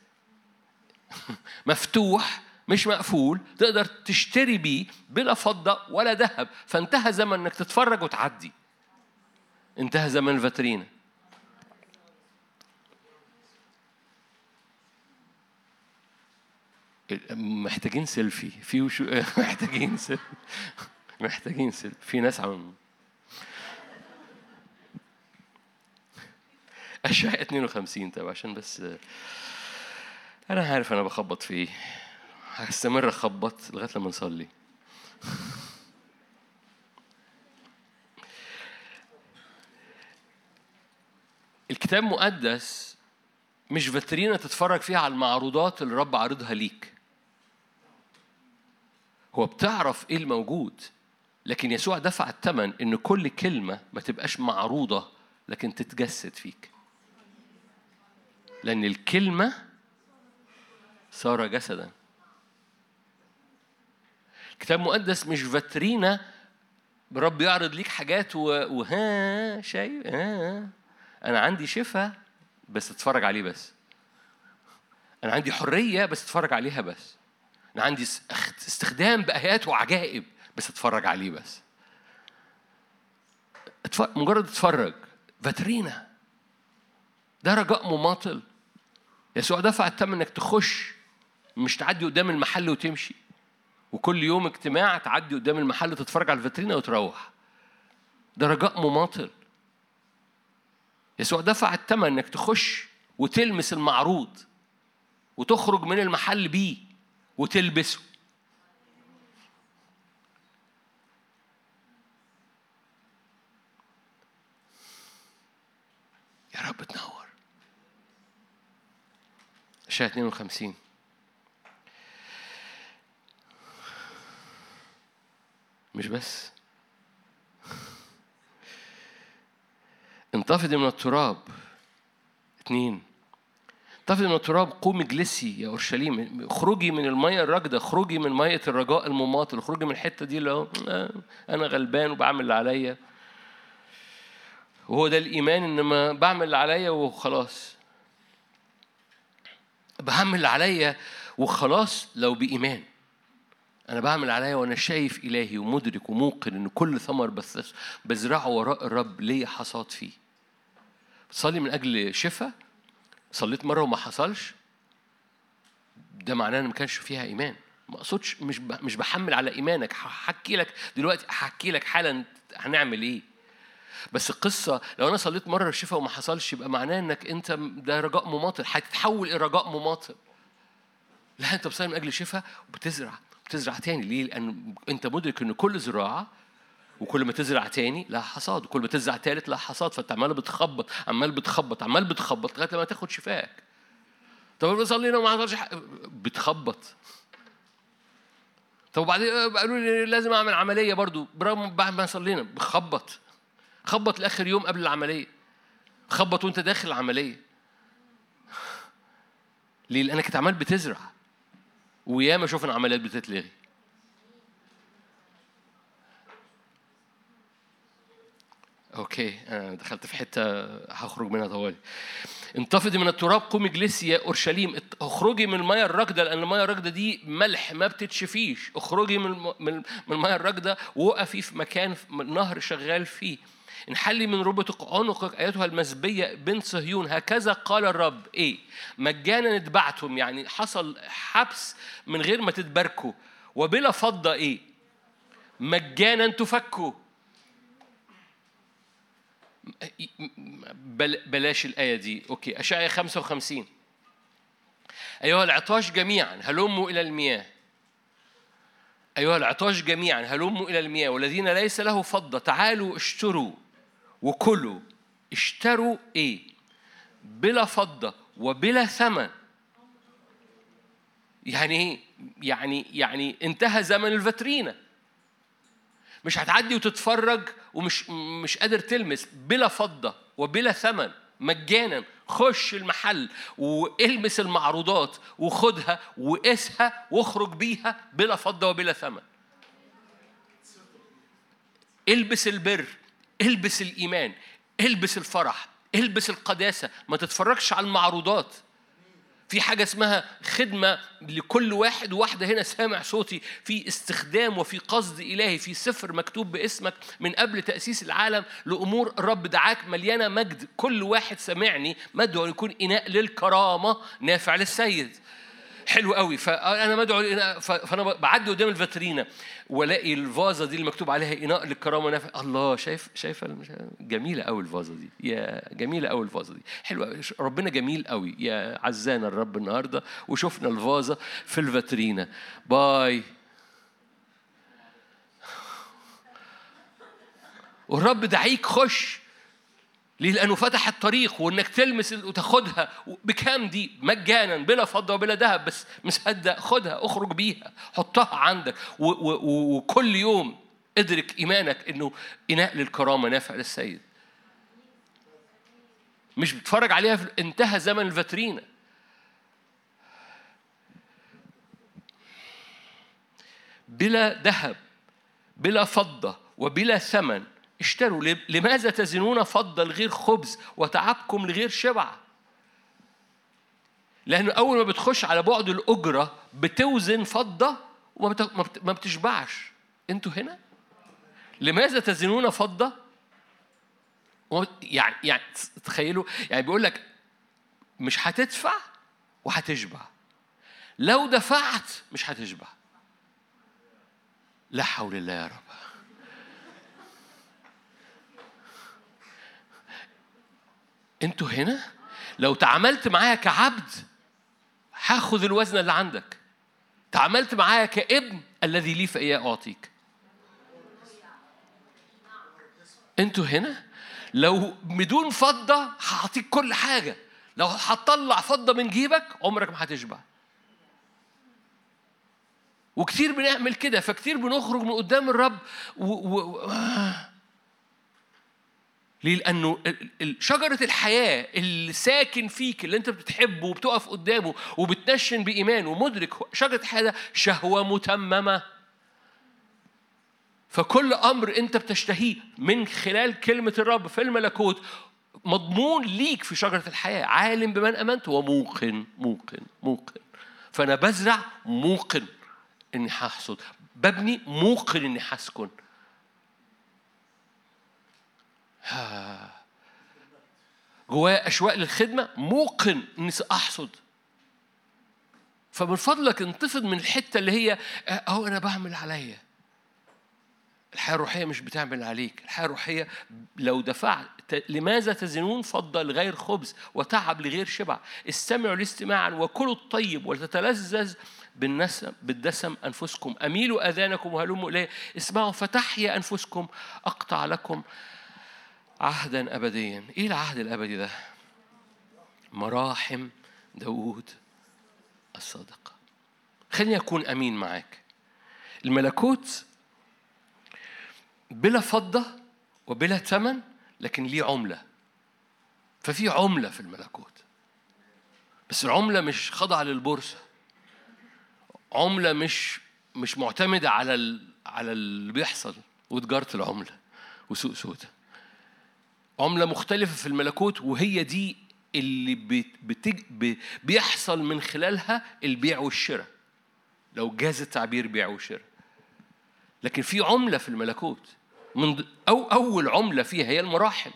[SPEAKER 1] مفتوح مش مقفول تقدر تشتري بيه بلا فضة ولا ذهب. فانتهى زمن انك تتفرج وتعدي، انتهى زمن الفاترينا. محتاجين سيلفي في محتاجين سيلفي، محتاجين سيلفي. في ناس عم أشعة 52. طب عشان بس أنا عارف أنا بخبط في إيه، هستمر أخبط لغاية لما نصلي. الكتاب المقدس مش فاترينا تتفرج فيها على المعروضات اللي الرب عارضها ليك. هو بتعرف إيه الموجود، لكن يسوع دفع الثمن إن كل كلمة ما تبقاش معروضة لكن تتجسد فيك، لأن الكلمة صار جسدا. الكتاب المقدس مش فاترينا برب يعرض ليك حاجات وها شايف أنا عندي شفاء بس تتفرج عليه بس، أنا عندي حرية بس تتفرج عليها بس، أنا عندي استخدام بآيات وعجائب بس تتفرج عليه بس. مجرد تتفرج. فاترينا ده رجاء مماطل. يسوع دفع الثمن انك تخش، مش تعدي قدام المحل وتمشي، وكل يوم اجتماع تعدي قدام المحل وتتفرج على الفاترينا وتروح. ده رجاء مماطل. يسوع دفع الثمن انك تخش وتلمس المعروض وتخرج من المحل بيه وتلبسه. يا رب تنور. أشعة 52. مش بس انتفضي من التراب. 2. انتفضي من التراب، قومي اجلسي يا أورشليم. اخرجي من المية الراكدة، اخرجي من مية الرجاء المماطل، اخرجي من الحتة دي اللي أنا غلبان وبعمل اللي عليا. وهو ده الإيمان، إنما بعمل اللي عليا وخلاص. بعمل اللي عليا وخلاص لو بإيمان. أنا بعمل عليا وأنا شايف إلهي ومدرك وموقن إن كل ثمر بس بزرعه وراء الرب ليه حصاد فيه. بتصلي من أجل شفاء، صليت مرة وما حصلش، ده معناه إن ما كانش فيها إيمان. ما أقصدش مش بحمل على إيمانك. هحكي لك دلوقتي، هحكي لك حالا هنعمل إيه. بس القصة لو أنا صليت مرة الشفاء وما حصلش يبقى معناه إنك أنت ده رجاء مماطل، هتتحول إلى رجاء مماطل. لا، أنت بتصلي من أجل شفاء وبتزرع تاني. ليه؟ لأن أنت مدرك إن كل زراعة وكل ما تزرع تاني لا حصاد، وكل ما تزرع تالت لا حصاد. فأنت عمال بتخبط لغاية لما تاخد شفاءك. طب بصلينا وما حصلش بتخبط. طب وبعدين قالوا لي لازم أعمل عملية برضو، برغم بعد ما صلينا خبط لآخر يوم قبل العملية، خبط وانت داخل العملية. ليه؟ لأنك انت عمال بتزرع، وياما شوفنا عمليات بتتلغي. اوكي، انا دخلت في حته هخرج منها طوالي. انتفضي من التراب، قومي اجلسي يا اورشليم. اخرجي من الميه الراكده، لان الميه الراكده دي ملح ما بتتشفيش. اخرجي من الميه الراكده ووقفي في مكان النهر شغال فيه. انحلي من ربط عنقك ايتها المزبيه بنت صهيون، هكذا قال الرب. ايه؟ مجانا اتبعتم، يعني حصل حبس من غير ما تتباركوا، وبلا فضه ايه؟ مجانا تفكوا. بلاش الآية دي. أوكي، أشعياء 55. أيها العطاش جميعا هلموا إلى المياه. أيها العطاش جميعا هلموا إلى المياه، والذين ليس له فضة تعالوا اشتروا وكلوا. اشتروا إيه؟ بلا فضة وبلا ثمن. يعني إيه؟ يعني انتهى زمن الفاترينا. مش هتعدي وتتفرج ومش قادر تلمس. بلا فضة وبلا ثمن. مجانا. خش المحل والمس المعروضات وخدها وقسها واخرج بيها بلا فضة وبلا ثمن. البس البر، البس الإيمان، البس الفرح، البس القداسة. ما تتفرجش على المعروضات. في حاجة اسمها خدمة لكل واحد وواحدة هنا سامع صوتي، في استخدام وفي قصد إلهي، في سفر مكتوب باسمك من قبل تأسيس العالم لأمور الرب دعاك مليانة مجد. كل واحد سمعني مدعو يكون إناء للكرامة نافع للسيد. حلو قوي. فأنا مدعو، فأنا بعدي قدام الفاترينا ولاقي الفازة دي اللي مكتوب عليها إناء للكرامة نافع. الله، شايف جميلة قوي الفازة دي، يا جميلة قوي الفازة دي، حلوة. ربنا جميل قوي، يا عزانا الرب النهاردة وشوفنا الفازة في الفاترينا. باي. والرب دعيك خش، ليه؟ لأنه فتح الطريق وإنك تلمس وتاخدها. بكام دي؟ مجانا بلا فضة وبلا ذهب. بس مصدق، خدها، اخرج بيها، حطها عندك. وكل يوم ادرك إيمانك إنه إناء للكرامة نافع للسيد. مش بتفرج عليها انتهى زمن الفاترينا. بلا ذهب بلا فضة وبلا ثمن اشتروا. لماذا تزنون فضة لغير خبز وتعبكم لغير شبع؟ لأنه أول ما بتخش على بعد الأجرة بتوزن فضة وما بتشبعش. أنتوا هنا لماذا تزنون فضة؟ يعني تخيلوا، يعني بيقول لك مش هتدفع وهتشبع. لو دفعت مش هتشبع. لا حول الله يا رب. انتوا هنا لو تعاملت معايا كعبد هاخذ الوزن اللي عندك. تعاملت معايا كابن الذي لي فإياه أعطيك. انتوا هنا لو بدون فضة هعطيك كل حاجة. لو هتطلع فضة من جيبك عمرك ما هتشبع. وكتير بنعمل كده، فكتير بنخرج من قدام الرب ليه؟ لأنه شجرة الحياة اللي ساكن فيك، اللي أنت بتحبه وبتقف قدامه وبتنشن بإيمان ومدرك شجرة الحياة ده شهوة متممة. فكل أمر أنت بتشتهيه من خلال كلمة الرب في الملكوت مضمون ليك في شجرة الحياة. عالم بمن أمنت وموقن. موقن. فأنا بزرع موقن إني هحصد، ببني موقن إني هسكن. جواه أشواق للخدمة، موقن إني سأحصد. فمن فضلك انتفض من الحتة اللي هي أنا بعمل عليا. الحياة الروحية مش بتعمل عليك. الحياة الروحية لو دفعت. لماذا تزنون فضة لغير خبز وتعب لغير شبع؟ استمعوا لاستماعا وكلوا الطيب وتتلذذ بالدسم أنفسكم. أميلوا أذانكم وهلموا إليه. اسمعوا فتحيا أنفسكم. أقطع لكم عهدا أبديا. إيه العهد الأبدي ده؟ مراحم داود الصادق. خليني أكون أمين معاك. الملكوت بلا فضة وبلا ثمن، لكن ليه عملة. ففي عملة في الملكوت، بس العملة مش خاضعة للبورصة. عملة مش معتمدة على اللي بيحصل وتجارة العملة وسوق سودة. عملة مختلفة في الملكوت، وهي دي اللي بيحصل من خلالها البيع والشراء، لو جاز التعبير بيع وشراء. لكن في عملة في الملكوت، أول عملة فيها هي المراحم.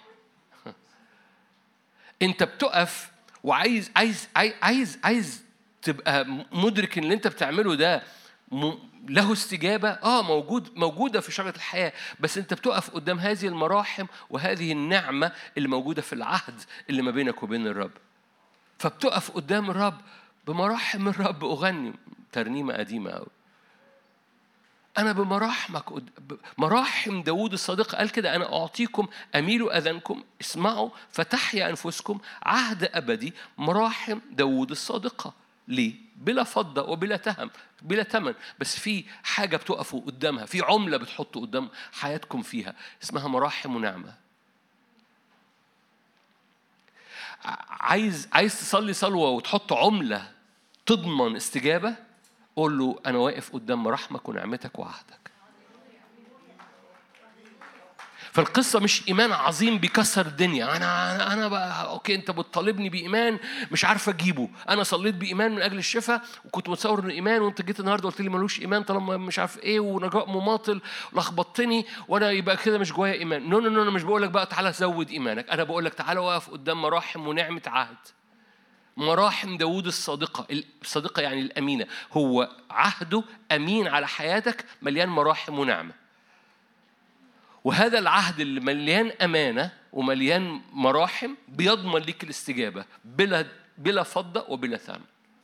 [SPEAKER 1] أنت بتقف وعايز عايز عايز عايز تبقى مدرك إن اللي أنت بتعمله ده له استجابة. موجودة في شجرة الحياة، بس أنت بتقف قدام هذه المراحم وهذه النعمة اللي موجودة في العهد اللي ما بينك وبين الرب. فبتقف قدام الرب بمراحم الرب. أغني ترنيمة قديمة أوي، أنا بمراحمك. مراحم داود الصادق قال كده: أنا أعطيكم أميلوا أذانكم، اسمعوا فتحيا أنفسكم. عهد أبدي، مراحم داود الصادقة. ليه؟ بلا فضة وبلا بلا ثمن، بس في حاجة بتقفوا قدامها، في عملة بتحطوا قدام حياتكم فيها، اسمها مراحم ونعمة. عايز تصلي صلوة وتحط عملة تضمن استجابة، قول له أنا واقف قدام مراحمك ونعمتك وعهدك. فالقصة مش إيمان عظيم بيكسر الدنيا. أنا بقى أوكي، أنت بتطالبني بإيمان مش عارف أجيبه. أنا صليت بإيمان من أجل الشفاء وكنت متصور إنه إيمان، وأنت جيت النهاردة قلت لي ملوش إيمان طالما مش عارف إيه، ورجاء مماطل، لخبطتني، وأنا يبقى كده مش جوايا إيمان. نو نو نو، أنا مش بقول لك بقى تعالى زود إيمانك، أنا بقول لك تعالى واقف قدام مراحم ونعمة عهد. مراحم داود الصادقة يعني الأمينة. هو عهده أمين على حياتك، مليان مراحم ونعمة. وهذا العهد اللي مليان أمانة ومليان مراحم بيضمن لك الاستجابة بلا فضة وبلا ثمن.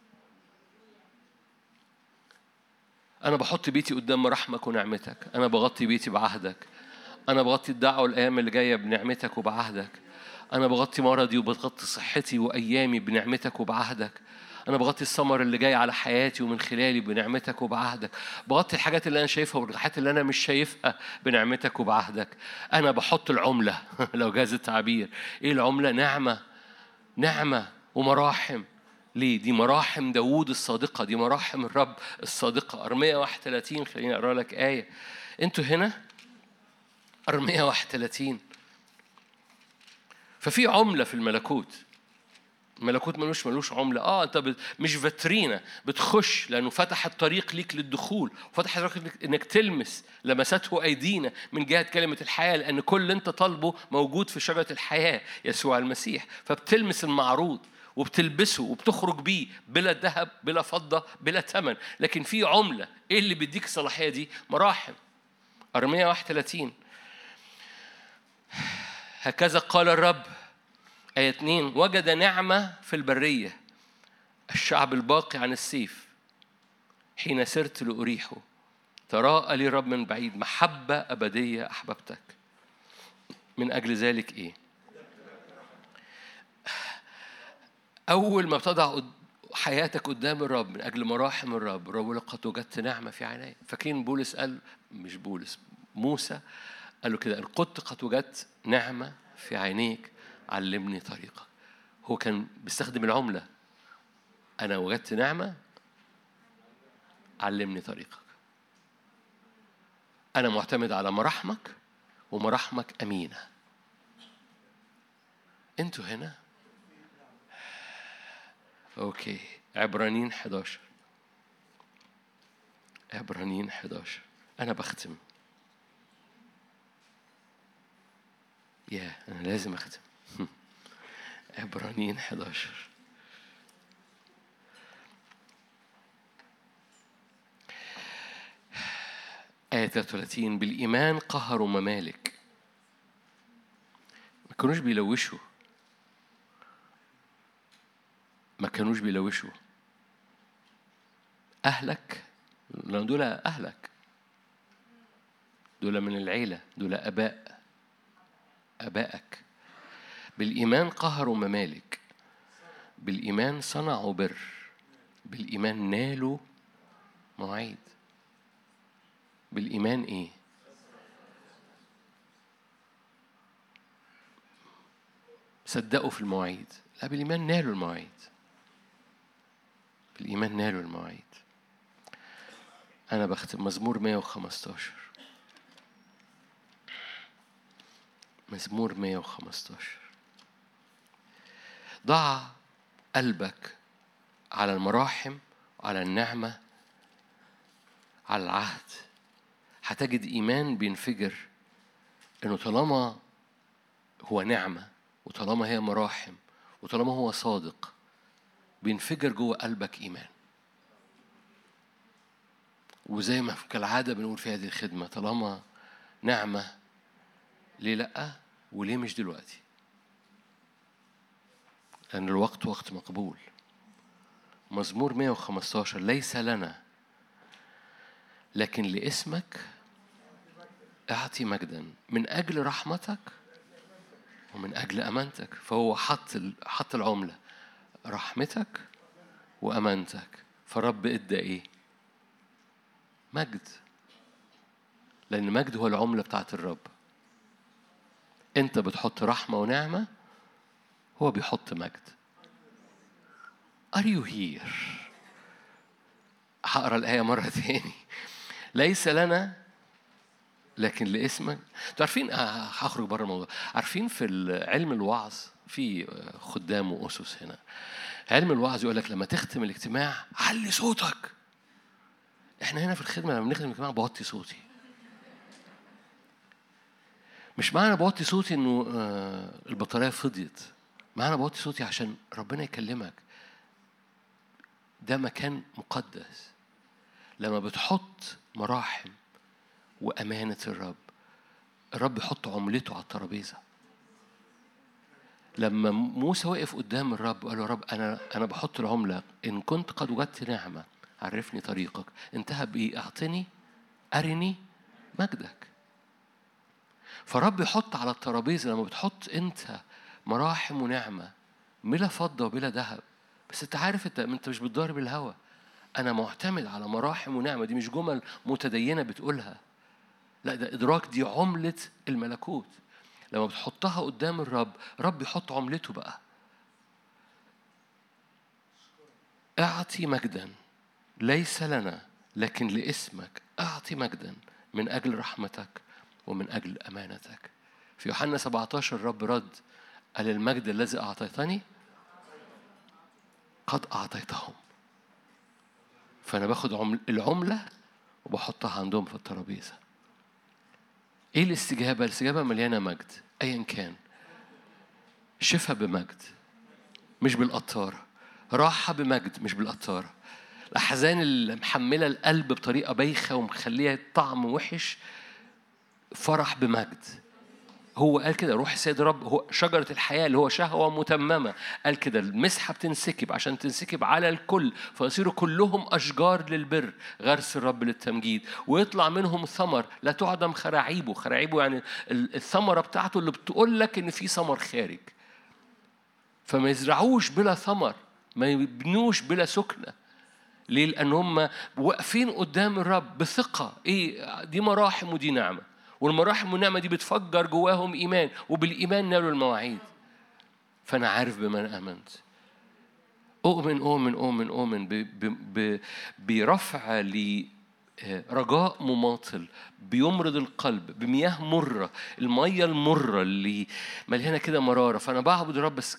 [SPEAKER 1] أنا بحط بيتي قدام مراحمك ونعمتك، أنا بغطي بيتي بعهدك، أنا بغطي الدعوة الأيام اللي جاية بنعمتك وبعهدك، أنا بغطي مرضي وبغطي صحتي وأيامي بنعمتك وبعهدك، أنا بغطي الثمر اللي جاي على حياتي ومن خلالي بنعمتك وبعهدك، بغطي الحاجات اللي أنا شايفها والحاجات اللي أنا مش شايفها بنعمتك وبعهدك. أنا بحط العملة لو جاز التعبير. إيه العملة؟ نعمة ومراحم. ليه؟ دي مراحم داود الصادقة، دي مراحم الرب الصادقة. أرمية 31، خليني أقرأ لك آية. أنتوا هنا أرمية 31. ففي عملة في الملكوت. الملكوت ملوش عملة. انت مش فاترينا بتخش، لانه فتح الطريق ليك للدخول، وفتح الطريق ليك انك تلمس لمسته ايدينا من جهة كلمة الحياة، لان كل اللي انت طالبه موجود في شجرة الحياة يسوع المسيح. فبتلمس المعروض وبتلبسه وبتخرج بيه بلا ذهب بلا فضة بلا ثمن. لكن في عملة. ايه اللي بيديك الصلاحية دي؟ مراحم. أرمية 31. هكذا قال الرب، آية 2: وجد نعمة في البرية، الشعب الباقي عن السيف، حين سرت لأريحه. تراءى لي رب من بعيد، محبة أبدية أحببتك. من أجل ذلك إيه؟ أول ما بتضع حياتك قدام الرب من أجل مراحم الرب، الرب لقد وجدت نعمة في عيني. فاكرين بولس قال، مش بولس، موسى قال له كده: القدت قد وجدت نعمة في عينيك، علمني طريقك. هو كان بيستخدم العملة. أنا وجدت نعمة، علمني طريقك. أنا معتمد على مراحمك، ومراحمك أمينة. أنتوا هنا؟ أوكي. عبرانيين 11. عبرانيين 11. أنا بختم. أنا لازم أختم. عبرانيين 11 آية 33: بالإيمان قهروا ممالك. ما كانوش بيلوشوا أهلك، لأن دول أهلك، دول من العيلة، دول أبائك. بالإيمان قهروا ممالك، بالإيمان صنعوا بر، بالإيمان نالوا مواعيد. بالإيمان إيه؟ صدقوا في المواعيد. لا، بالإيمان نالوا المواعيد. بالإيمان نالوا المواعيد. أنا بختم مزمور 115. مزمور 115. ضع قلبك على المراحم، على النعمة، على العهد. هتجد إيمان بينفجر، إنه طالما هو نعمة، وطالما هي مراحم، وطالما هو صادق، بينفجر جوه قلبك إيمان. وزي ما كالعادة بنقول في هذه الخدمة، طالما نعمة ليه لأ؟ وليه مش دلوقتي؟ لأن الوقت وقت مقبول. مزمور 115: ليس لنا لكن لاسمك اعطي مجدا، من أجل رحمتك ومن أجل أمانتك. فهو حط العملة، رحمتك وأمانتك. فرب إدى إيه؟ مجد. لأن مجد هو العملة بتاعت الرب. أنت بتحط رحمة ونعمة، هو بيحط مجد. Are you here؟ هقرأ الآية مرة تاني. ليس لنا لكن لاسمك. انتوا عارفين، هخرج بره الموضوع. عارفين في علم الوعظ في خدام وأسس هنا. علم الوعظ يقول لك لما تختم الاجتماع علي صوتك. احنا هنا في الخدمة لما بنختم الاجتماع بوطي صوتي. مش معنى بوطي صوتي انه البطارية فضيت. معنى بوطي صوتي عشان ربنا يكلمك. ده مكان مقدس. لما بتحط مراحم وأمانة الرب يحط عملته على الترابيزة. لما موسى وقف قدام الرب وقال له رب أنا بحط العملة، إن كنت قد وجدت نعمة عرفني طريقك. انتهى بإيه؟ أعطني أرني مجدك. فرب يحط على الترابيزة. لما بتحط أنت مراحم ونعمة بلا فضة وبلا ذهب، بس أنت عارف أنت مش بتضارب الهوى. أنا معتمد على مراحم ونعمة. دي مش جمل متدينة بتقولها، لا ده إدراك. دي عملة الملكوت. لما بتحطها قدام رب يحط عملته بقى. اعطي مجدا ليس لنا لكن لاسمك. اعطي مجدا من أجل رحمتك ومن أجل أمانتك. في يوحنا 17 الرب رد قال المجد الذي أعطيتني قد أعطيتهم. فأنا باخد العملة وبحطها عندهم في الترابيزة. إيه الاستجابة؟ الاستجابة مليانة مجد أيا كان. شفاء بمجد مش بالقطارة. راحة بمجد مش بالقطارة. الأحزان اللي محملة القلب بطريقة بايخة ومخليها طعم وحش، فرح بمجد. هو قال كده روح السيد الرب هو شجرة الحياة اللي هو شهوة متممة. قال كده المسحة بتنسكب عشان تنسكب على الكل فيصيروا كلهم أشجار للبر غرس الرب للتمجيد، ويطلع منهم ثمر لا تعدم خراعيبه. خراعيبه يعني الثمرة بتاعته اللي بتقول لك إن في ثمر خارج. فما يزرعوش بلا ثمر، ما يبنوش بلا سكنة. ليه؟ لأن هم واقفين قدام الرب بثقة. إيه دي؟ مراحم ودي نعمة. والمراحم والنعمة دي بتفجر جواهم إيمان، وبالإيمان نالوا المواعيد. فأنا عارف بمن آمنت. أؤمن برفع لي رجاء مماطل بيمرض القلب بمياه مرة. المية المرة اللي مليانة كده مرارة. فأنا بعبد الرب بس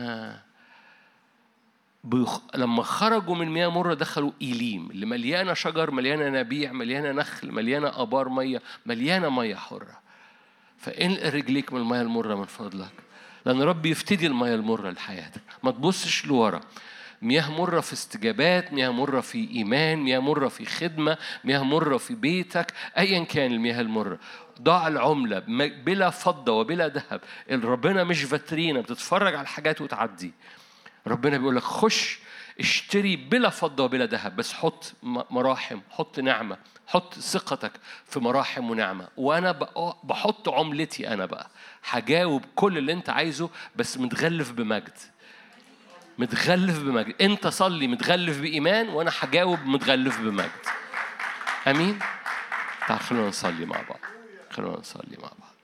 [SPEAKER 1] لما خرجوا من مياه مرة دخلوا إيليم اللي مليانة شجر، مليانة نبيع، مليانة نخل، مليانة آبار مية، مليانة مية حرة. فإنقل رجليك من المياه المرة من فضلك، لأن رب يفتدي المياه المرة لحياتك. ما تبصش لورا. مياه مرة في استجابات، مياه مرة في إيمان، مياه مرة في خدمة، مياه مرة في بيتك، أيا كان المياه المرة. ضع العملة بلا فضة وبلا ذهب. ربنا مش فاترينا بتتفرج على الحاجات وتعدي. ربنا بيقول لك خش اشتري بلا فضة وبلا ذهب، بس حط مراحم، حط نعمة، حط ثقتك في مراحم ونعمة. وأنا بحط عملتي. أنا بقى هجاوب كل اللي أنت عايزه بس متغلف بمجد. متغلف بمجد. أنت صلي متغلف بإيمان وأنا هجاوب متغلف بمجد. أمين. تعال خلونا نصلي مع بعض. خلونا نصلي مع بعض.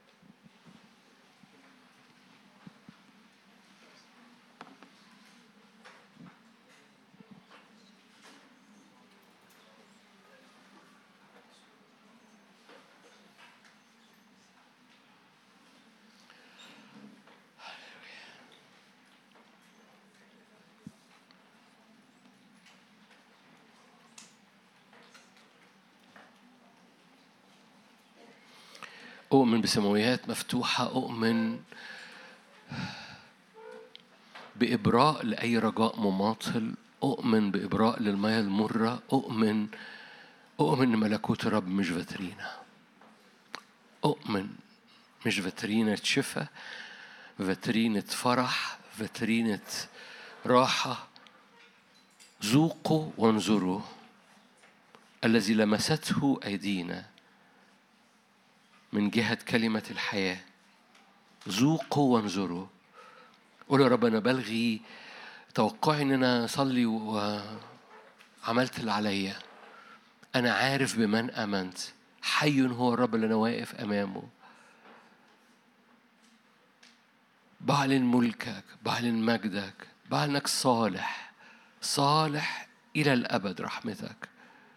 [SPEAKER 1] أؤمن بسماويات مفتوحة. أؤمن بإبراء لأي رجاء مماطل. أؤمن بإبراء للمياه المرة. أؤمن إن ملكوت الرب مش فاترينا. أؤمن مش فاترينة شفاء، فاترينة فرح، فاترينة راحة. ذوقوا وانظروا الذي لمسته أيدينا من جهة كلمة الحياة. ذوقوا وانظروا. قولوا يا رب أنا بلغي توقعي إن أنا أصلي وعملت اللي عليا. أنا عارف بمن آمنت. حي هو الرب اللي أنا واقف أمامه. بعلن ملكك، بعلن مجدك، بعلنك صالح، صالح إلى الأبد رحمتك.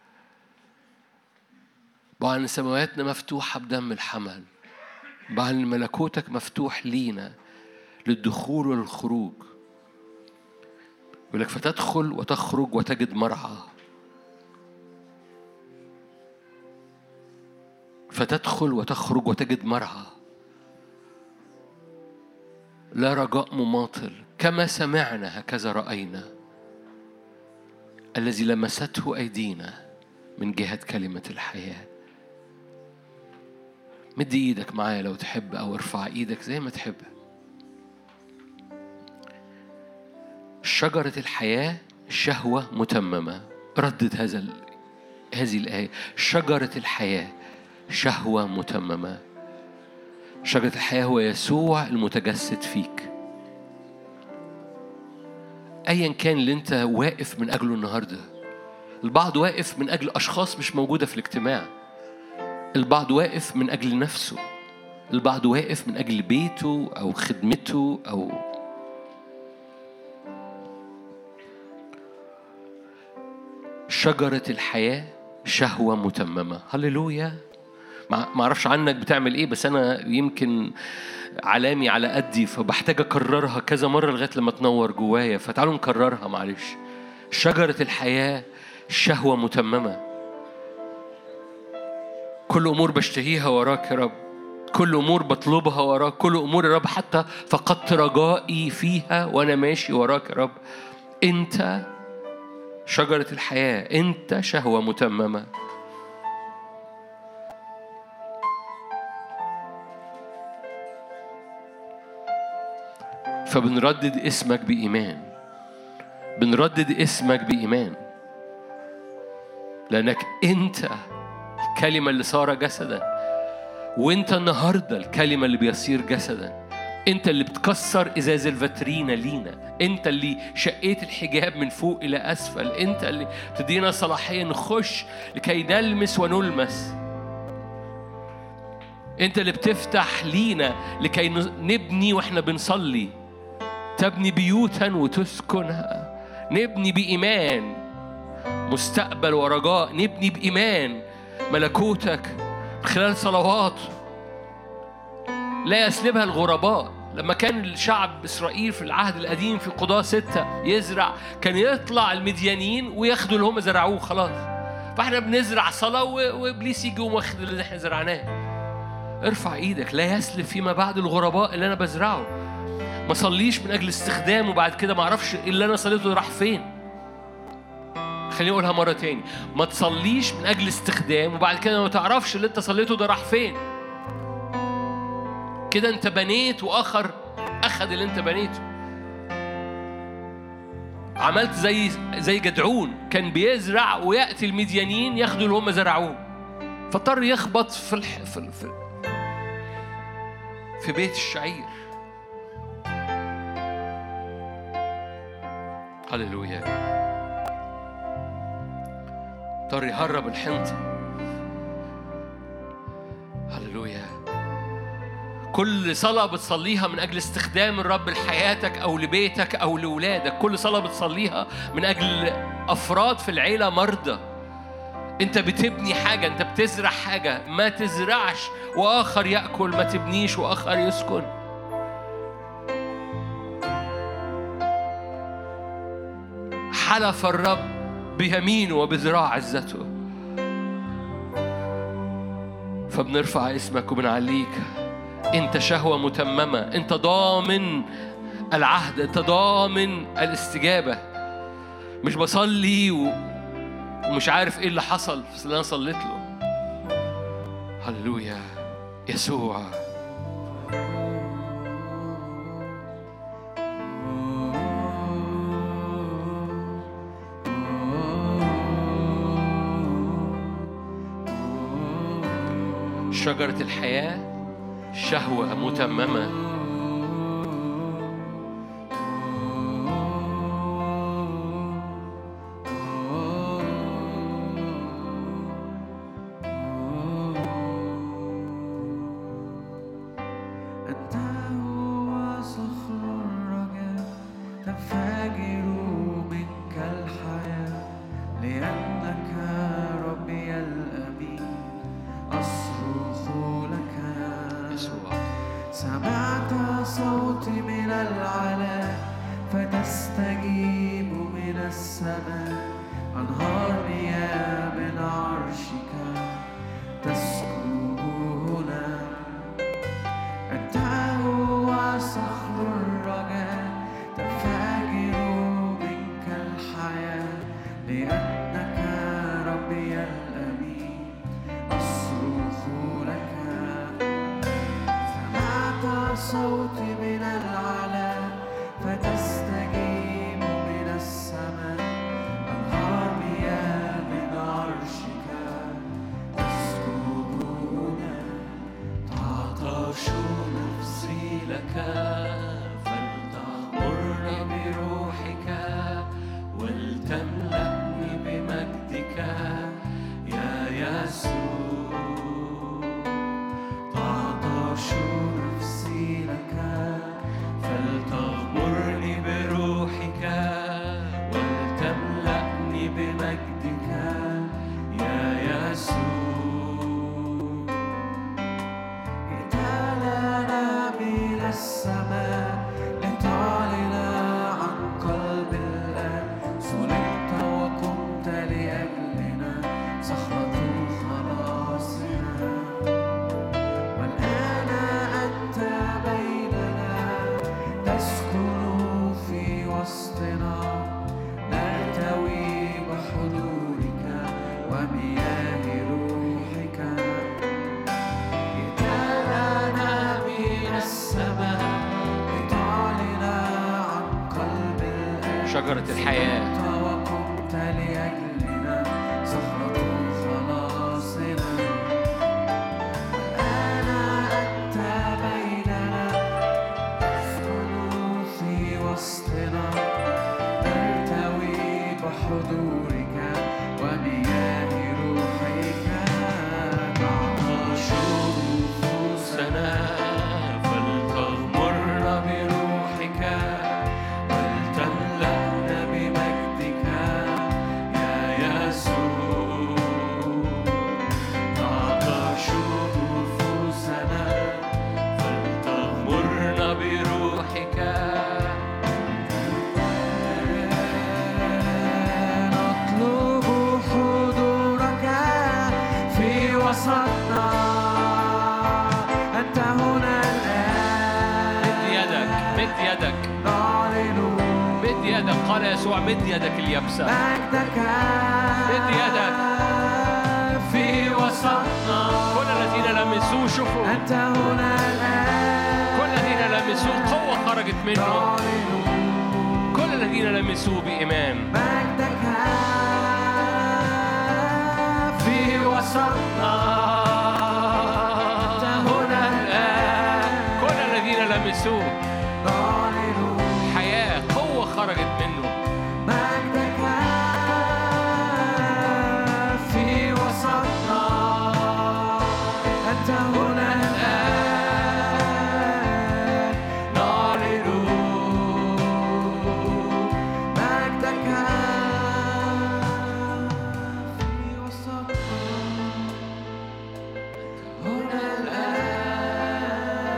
[SPEAKER 1] بعلن سماواتنا مفتوحة بدم الحمل، بعلن ملكوتك مفتوح لينا للدخول والخروج. يقول لك فتدخل وتخرج وتجد مرعى. فتدخل وتخرج وتجد مرعى. لا رجاء مماطل، كما سمعنا هكذا رأينا، الذي لمسته أيدينا من جهة كلمة الحياة. مد ايدك معايا لو تحب، أو ارفع ايدك زي ما تحب. شجرة الحياة شهوة متممة. ردد هذه الآية. شجرة الحياة شهوة متممة. شجرة الحياة هو يسوع المتجسد فيك. أيا كان اللي أنت واقف من أجله النهاردة. البعض واقف من أجل أشخاص مش موجودة في الاجتماع، البعض واقف من أجل نفسه، البعض واقف من أجل بيته أو خدمته أو شجرة الحياة شهوة متممة. هللويا. ما أعرفش عنك بتعمل إيه، بس أنا يمكن علامي على قدي، فبحتاج أكررها كذا مرة لغاية لما تنور جوايا. فتعالوا نكررها معلش. شجرة الحياة شهوة متممة. كل أمور بشتهيها وراك يا رب، كل أمور بطلبها وراك، كل أمور يا رب حتى فقدت رجائي فيها وأنا ماشي وراك يا رب. أنت شجرة الحياة، أنت شهوة متممة. فبنردد اسمك بإيمان، بنردد اسمك بإيمان، لأنك أنت الكلمة اللي صار جسدا، وأنت النهاردة الكلمة اللي بيصير جسدا. أنت اللي بتكسر إزاز الفاترينا لينا، أنت اللي شقيت الحجاب من فوق إلى أسفل، أنت اللي بتدينا صلاحية نخش لكي نلمس ونلمس، أنت اللي بتفتح لينا لكي نبني وإحنا بنصلي، تبني بيوتا وتسكنها. نبني بإيمان مستقبل ورجاء، نبني بإيمان ملكوتك خلال صلوات لا يسلبها الغرباء. لما كان الشعب إسرائيل في العهد القديم في قضاء 6 يزرع، كان يطلع المديانيين وياخدوا اللي هم زرعوه خلاص. فاحنا بنزرع صلاة وإبليس يجي واخد اللي احنا زرعناه. ارفع ايدك. لا يسلب فيما بعد الغرباء اللي انا بزرعه. ما صليش من اجل استخدام وبعد كده ما اعرفش اللي انا صليته ده راح فين. خليني اقولها مرة تاني. ما تصليش من اجل استخدام وبعد كده ما تعرفش اللي انت صليته ده راح فين. كده انت بنيت واخر اخذ اللي انت بنيته. عملت زي جدعون كان بيزرع وياتي المديانين ياخدوا اللي هم زرعوه، فاضطر يخبط في بيت الشعير. هللويا. اضطر يهرب الحنطة. هللويا. كل صلاة بتصليها من أجل استخدام الرب لحياتك أو لبيتك أو لولادك، كل صلاة بتصليها من أجل أفراد في العيلة مرضى، أنت بتبني حاجة، أنت بتزرع حاجة. ما تزرعش وآخر يأكل، ما تبنيش وآخر يسكن. حلف الرب بيمينه وبذراع عزته. فبنرفع اسمك وبنعليك. أنت شهوة متممة، أنت ضامن العهد، أنت ضامن الاستجابة. مش بصلي ومش عارف إيه اللي حصل، بس أنا صليت له. هللويا. يسوع. شجرة الحياة شهوة متممة. أنت هو
[SPEAKER 2] من العلا فتستجيب من السماء أنهار مياه من عرشك تسكب هنا. أنت هو صخر الرجاء تنفجر منك الحياة لأنك ربي الأمين أصرخ لك. سمعت صوتي من العلا فتستجيب من السماء أنهار مياه من عرشك تسكب هنا. تعطش نفسي لك فلتغمر بروحك ولتملأني بمجدك يا يسوع. تعطش نفسي لك فلتغمرني بروحك ولتملأني بمجدك يا يسوع. جئت لنا من السماء لتعلن عن قلب الله. صلبت وقمت لأجلنا صخرة خلاصنا. والآن أنت بيننا تسكن في وسطنا. نرتوي بحضورك ومياه روحك. جئت لنا من السماء لتعلن عن قلب الآب.
[SPEAKER 1] شجرة الحياة
[SPEAKER 2] وقمت لأجلنا صخرة خلاصنا. والآن أنت بيننا تسكن في وسطنا. نرتوي بحضورك ومياه روحك. تعطش نفوسنا فلتغمرنا بروحك ولتملأنا بمجدك يا يسوع. تعطش نفوسنا فلتغمرنا بروحك. نطلب حضورك في وسطنا. أنت هنا الآن.
[SPEAKER 1] مد يدك مد يدك
[SPEAKER 2] نعلن
[SPEAKER 1] مد يدك. قال يسوع مد يدك اليابسة.
[SPEAKER 2] مجدك
[SPEAKER 1] مد يدك
[SPEAKER 2] في وسطنا.
[SPEAKER 1] كل الذين لمسوه شوفوا.
[SPEAKER 2] أنت هنا الآن.
[SPEAKER 1] كل الذين لمسوه قوة خرجت منه.
[SPEAKER 2] نعلن
[SPEAKER 1] كل الذين لمسوه بإيمان.
[SPEAKER 2] مجدك في وسطنا. أنت هنا الآن.
[SPEAKER 1] كل الذين لمسوه
[SPEAKER 2] نعلن
[SPEAKER 1] حياة قوة خرجت منه.
[SPEAKER 2] مجدك في وسطنا. أنت هنا الآن. نعلن مجدك في وسطنا. هنا الآن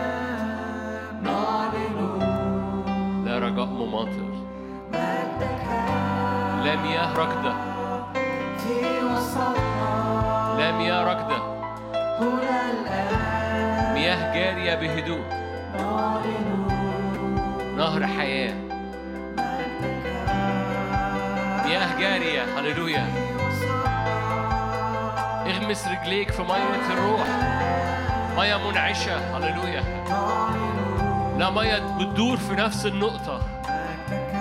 [SPEAKER 2] نعلن
[SPEAKER 1] لا رجاء مماطل،
[SPEAKER 2] مجدك
[SPEAKER 1] لا مياه راكدة،
[SPEAKER 2] في وسطنا.
[SPEAKER 1] لا مياه راكدة،
[SPEAKER 2] هنا الآن
[SPEAKER 1] مياه جارية بهدوء،
[SPEAKER 2] نعلن
[SPEAKER 1] نهر حياة،
[SPEAKER 2] مجدك
[SPEAKER 1] مياه جارية. هللويا.
[SPEAKER 2] في وسطنا.
[SPEAKER 1] اغمس رجليك في مية الروح، مية منعشة. هللويا.
[SPEAKER 2] نعلن
[SPEAKER 1] لا مية بتدور في نفس النقطة.
[SPEAKER 2] مجدك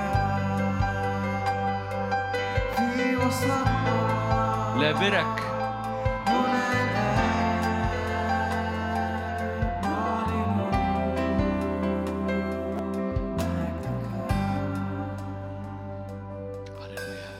[SPEAKER 2] في وسطنا.
[SPEAKER 1] لا برك،
[SPEAKER 2] هنا الآن نعلن مجدك.
[SPEAKER 1] هللويا.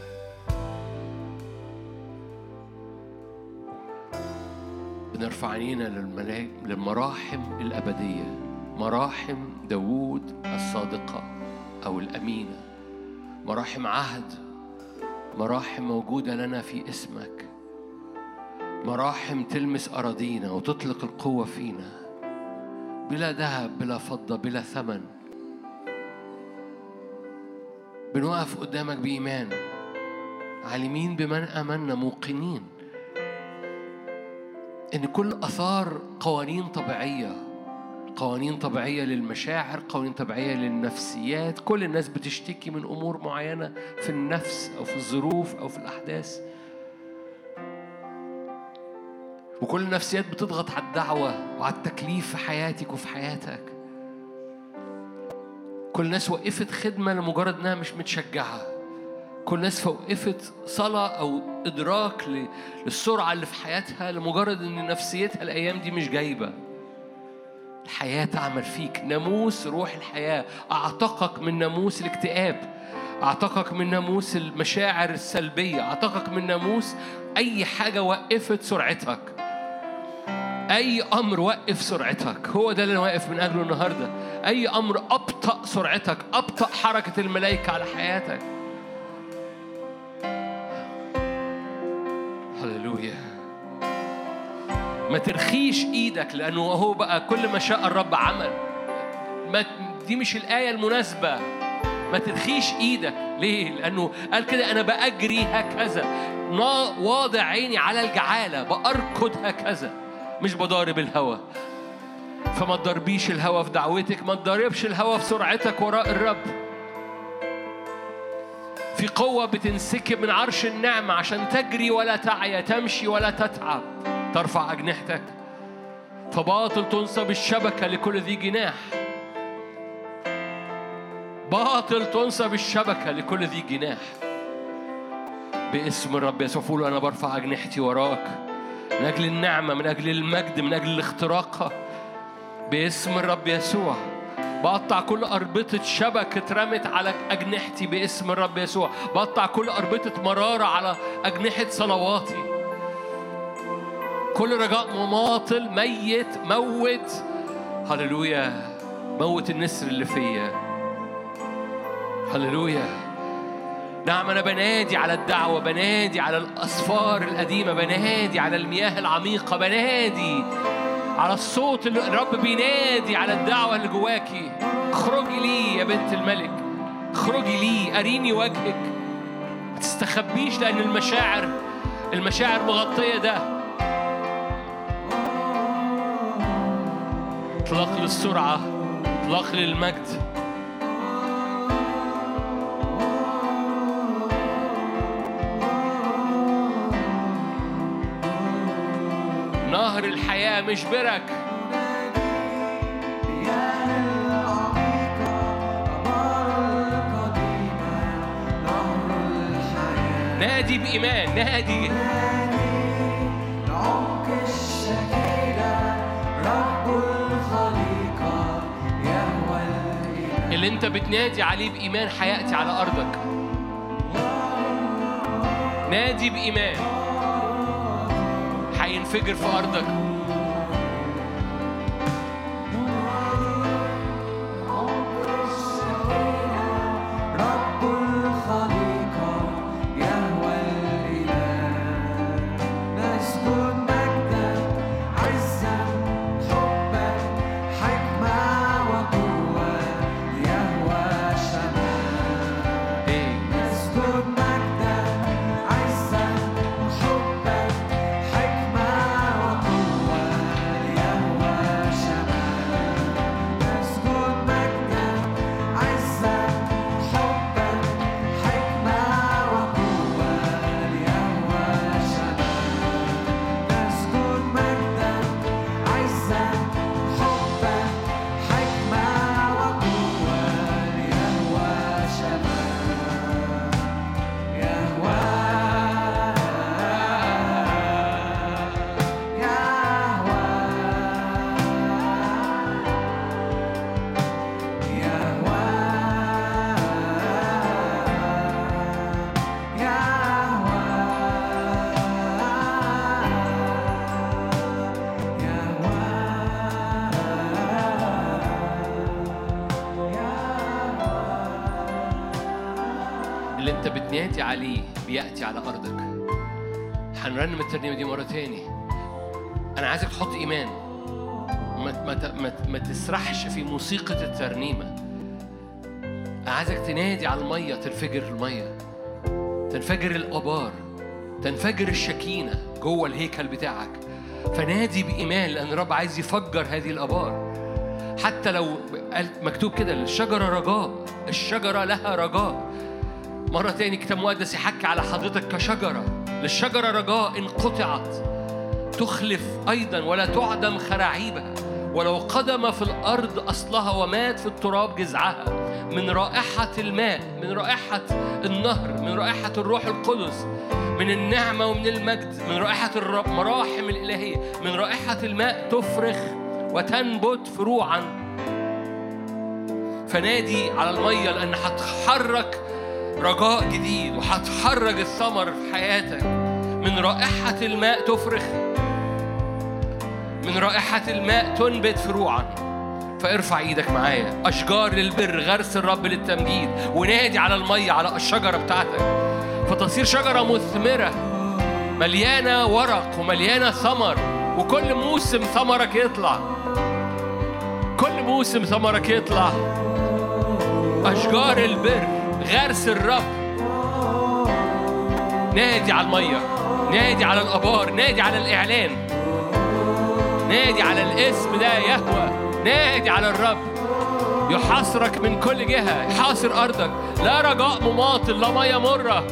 [SPEAKER 1] بنرفع عينينا للمراحم الأبدية، مراحم داوود الصادقة أو الأمينة، مراحم عهد، مراحم موجودة لنا في اسمك، مراحم تلمس أراضينا وتطلق القوة فينا بلا ذهب بلا فضة بلا ثمن. بنقف قدامك بإيمان، عالمين بمن آمنا، موقنين إن كل أثار قوانين طبيعية، قوانين طبيعية للمشاعر، قوانين طبيعية للنفسيات. كل الناس بتشتكي من أمور معينة في النفس أو في الظروف أو في الأحداث، وكل النفسيات بتضغط على الدعوة وعلى التكليف في حياتك وفي حياتك. كل الناس وقفت خدمة لمجرد إنها مش متشجعة. كل الناس وقفت صلاة أو إدراك للسرعة اللي في حياتها لمجرد إن نفسيتها الأيام دي مش جايبة. الحياة تعمل فيك، ناموس روح الحياة أعتقك من ناموس الاكتئاب، أعتقك من ناموس المشاعر السلبية، أعتقك من ناموس أي حاجة وقفت سرعتك، أي أمر وقف سرعتك. هو ده اللي أنا واقف من أجله النهاردة. أي أمر أبطأ سرعتك، أبطأ حركة الملائكة على حياتك. هللويا. ما ترخيش إيدك، لأنه هو بقى كل ما شاء الرب عمل. دي مش الآية المناسبة. ما ترخيش إيدك. ليه؟ لأنه قال كده أنا بأجري هكذا، واضع عيني على الجعالة، بأركض هكذا، مش بضارب الهوى. فما تضربيش الهوى في دعوتك، ما تضربش الهوى في سرعتك وراء الرب. في قوة بتنسكب من عرش النعمة عشان تجري ولا تعيا، تمشي ولا تتعب، ترفع أجنحتك. فباطل تنصب الشبكة لكل ذي جناح، باطل تنصب الشبكة لكل ذي جناح. باسم الرب يسوع قول أنا برفع أجنحتي وراك من أجل النعمة، من أجل المجد، من أجل الاختراق. باسم الرب يسوع بقطع كل أربطة شبكة اترمت على أجنحتي. باسم الرب يسوع بقطع كل أربطة مرارة على أجنحة صلواتي. كل رجاء مماطل ميت موت. هللويا. موت النسر اللي فيا. هللويا. نعم أنا بنادي على الدعوة، بنادي على الأسفار القديمة، بنادي على المياه العميقة، بنادي على الصوت اللي الرب بينادي على الدعوة اللي جواكي. اخرجي لي يا بنت الملك، اخرجي لي، أريني وجهك. ما تستخبيش لأن المشاعر مغطية ده. اطلاق للسرعة، اطلاق للمجد. نهر الحياة مشبرك. نادي بإيمان، نادي
[SPEAKER 2] لعمق الشكيلة رب الخليقة يهوى الإله.
[SPEAKER 1] اللي انت بتنادي عليه بإيمان حياتي على أرضك. نادي بإيمان هينفجر في أرضك.
[SPEAKER 2] رب الخليقة يهوى الإله. نسجد مجدا عزا حبا حكمة وقوة يهوى شمال. نسجد مجدا عزا حبا
[SPEAKER 1] اللي انت بتنادي عليه بيأتي على أرضك. هنرنم الترنيمة دي مرة تاني. أنا عايزك تحط إيمان، ما تسرحش في موسيقى الترنيمة. عايزك تنادي على المية، تنفجر المية، تنفجر الآبار، تنفجر الشكينة جوه الهيكل بتاعك. فنادي بإيمان لأن الرب عايز يفجر هذه الآبار. حتى لو مكتوب كده للشجرة رجاء، الشجرة لها رجاء. مرة تاني كتاب مقدس يحكي على حضرتك كشجرة، للشجرة رجاء إن قطعت تخلف أيضا ولا تعدم خراعيبها، ولو قدم في الأرض أصلها ومات في التراب جذعها. من رائحة الماء، من رائحة النهر، من رائحة الروح القدس، من النعمة ومن المجد، من رائحة المراحم الإلهية، من رائحة الماء تفرخ وتنبت فروعا. فنادي على المية لأن هتحرك رجاء جديد وهتحرك الثمر في حياتك. من رائحة الماء تفرخ، من رائحة الماء تنبت فروعا. فارفع ايدك معايا. أشجار للبر، غرس الرب للتمجيد، ونادي على المية على الشجرة بتاعتك فتصير شجرة مثمرة مليانة ورق ومليانة ثمر. وكل موسم ثمرك يطلع، كل موسم ثمرك يطلع. أشجار البر، غرس الرب. نادي على المية، نادي على الآبار، نادي على الإعلان، نادي على الاسم ده يهوه. نادي على الرب يحاصرك من كل جهة، يحاصر أرضك. لا رجاء مماطل، لا مية مرة،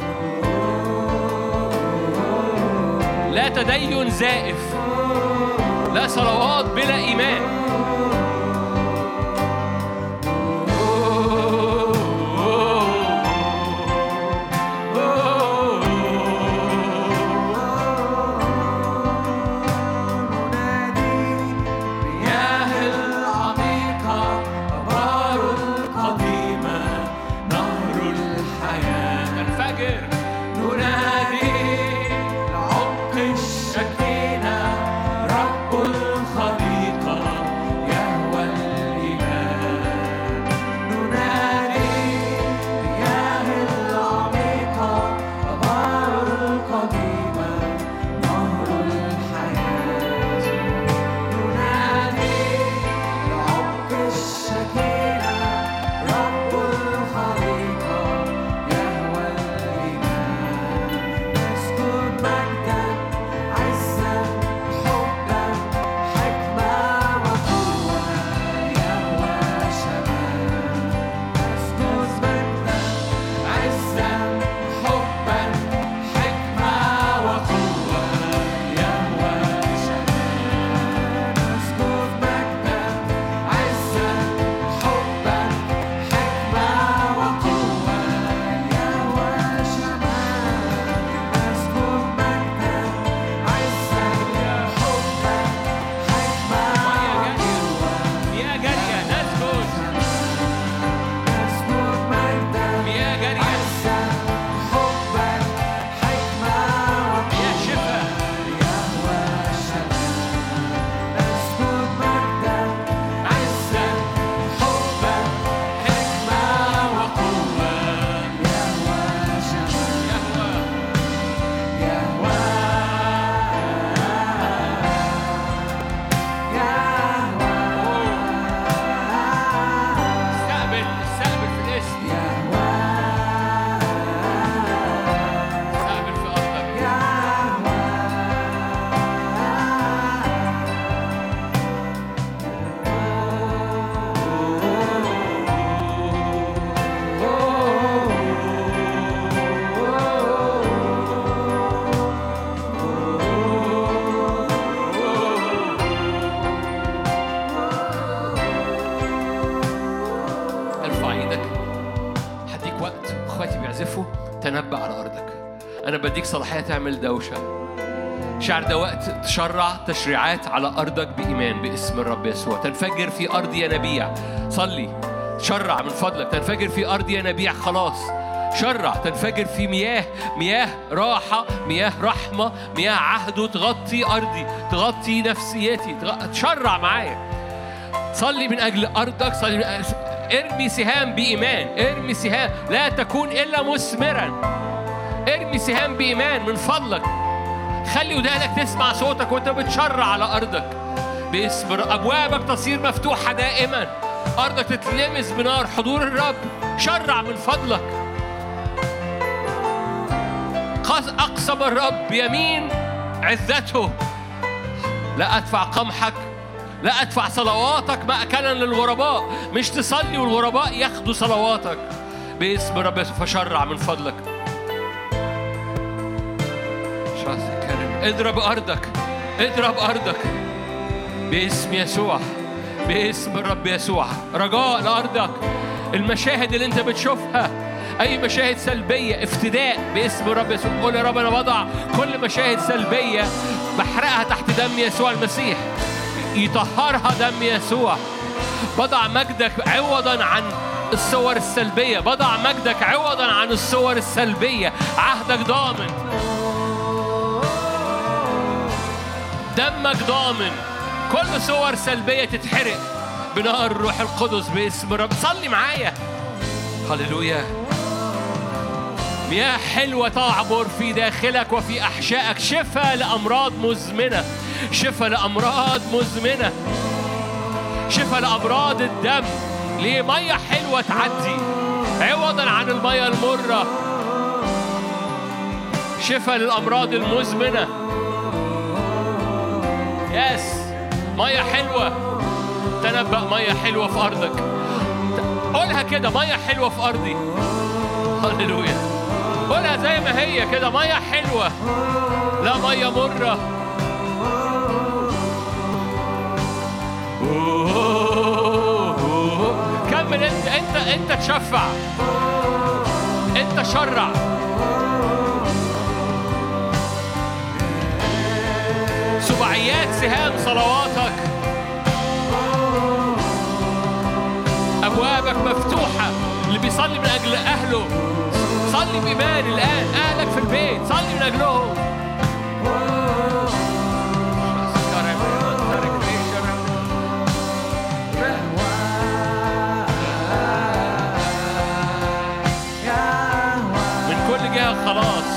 [SPEAKER 1] لا تدين زائف، لا صلوات بلا إيمان. تنبأ على أرضك. أنا بديك صلاحية تعمل دوشة. شعر ده وقت تشرع تشريعات على أرضك بإيمان باسم الرب يسوع. تنفجر في أرض ينابيع. صلي شرع من فضلك. تنفجر في أرض ينابيع خلاص. شرع تنفجر في مياه راحة، مياه رحمة، مياه عهده تغطي أرضي، تغطي نفسيتي. تشرع معايا. صلي من أجل أرضك. صلي من أجل... ارمي سهام بإيمان. ارمي سهام لا تكون إلا مثمرا. ارمي سهام بإيمان من فضلك. خلي ودانك تسمع صوتك وانت بتشرع على أرضك باسم. أبوابك تصير مفتوحة دائما. أرضك تتلمس بنار حضور الرب. شرع من فضلك. أقسم الرب يمين عزته: لا أدفع قمحك، لا أدفع صلواتك مأكلا للغرباء. مش تصلي والغرباء ياخدوا صلواتك باسم الرب يسوع. فشرع من فضلك. اضرب أرضك، اضرب أرضك باسم يسوع، باسم الرب يسوع. رجاء لأرضك. المشاهد اللي انت بتشوفها أي مشاهد سلبية افتداء باسم الرب يسوع. قول يا رب أنا بضع كل مشاهد سلبية بحرقها تحت دم يسوع المسيح، يطهرها دم يسوع. بضع مجدك عوضا عن الصور السلبية، بضع مجدك عوضا عن الصور السلبية. عهدك ضامن، دمك ضامن. كل صور سلبية تتحرق بنار الروح القدس باسم الرب. صلي معايا. هللويا. مياه حلوة تعبر في داخلك وفي أحشائك. شفاء لأمراض مزمنة، شفاء لأمراض مزمنة، شفاء لأمراض الدم. ليه؟ مية حلوة تعدي عوضا عن المية المرة. شفاء للأمراض المزمنة. يس، مية حلوة. تنبأ مية حلوة في أرضك. قولها كده: مية حلوة في أرضي. هللويا. قولها زي ما هي كده: مية حلوة، لا مية مرة. كمل. انت تشفع، انت شرع. سبعيات سهام صلواتك، أبوابك مفتوحة. اللي بيصلي من أجل أهله صلي بإيمان الآن. أهلك في البيت صلي من أجلهم. من كل جهة خلاص.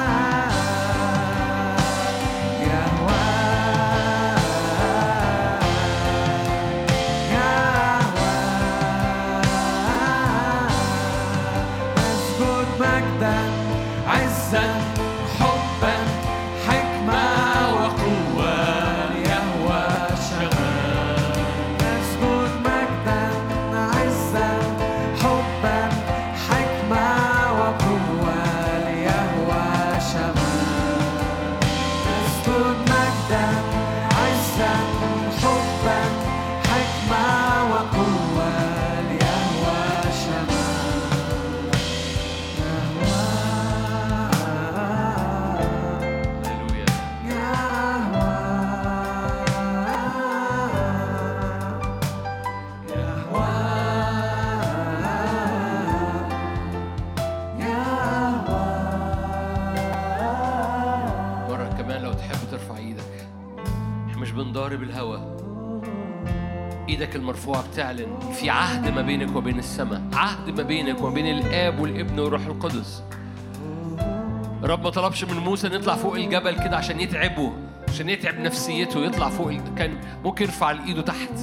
[SPEAKER 1] ايدك المرفوعة بتعلن في عهد ما بينك وبين السماء، عهد ما بينك وبين الآب والابن والروح القدس. رب ما طلبش من موسى ان يطلع فوق الجبل كده عشان يتعبه، عشان يتعب نفسيته يطلع فوق كان ممكن يرفع ايده تحت.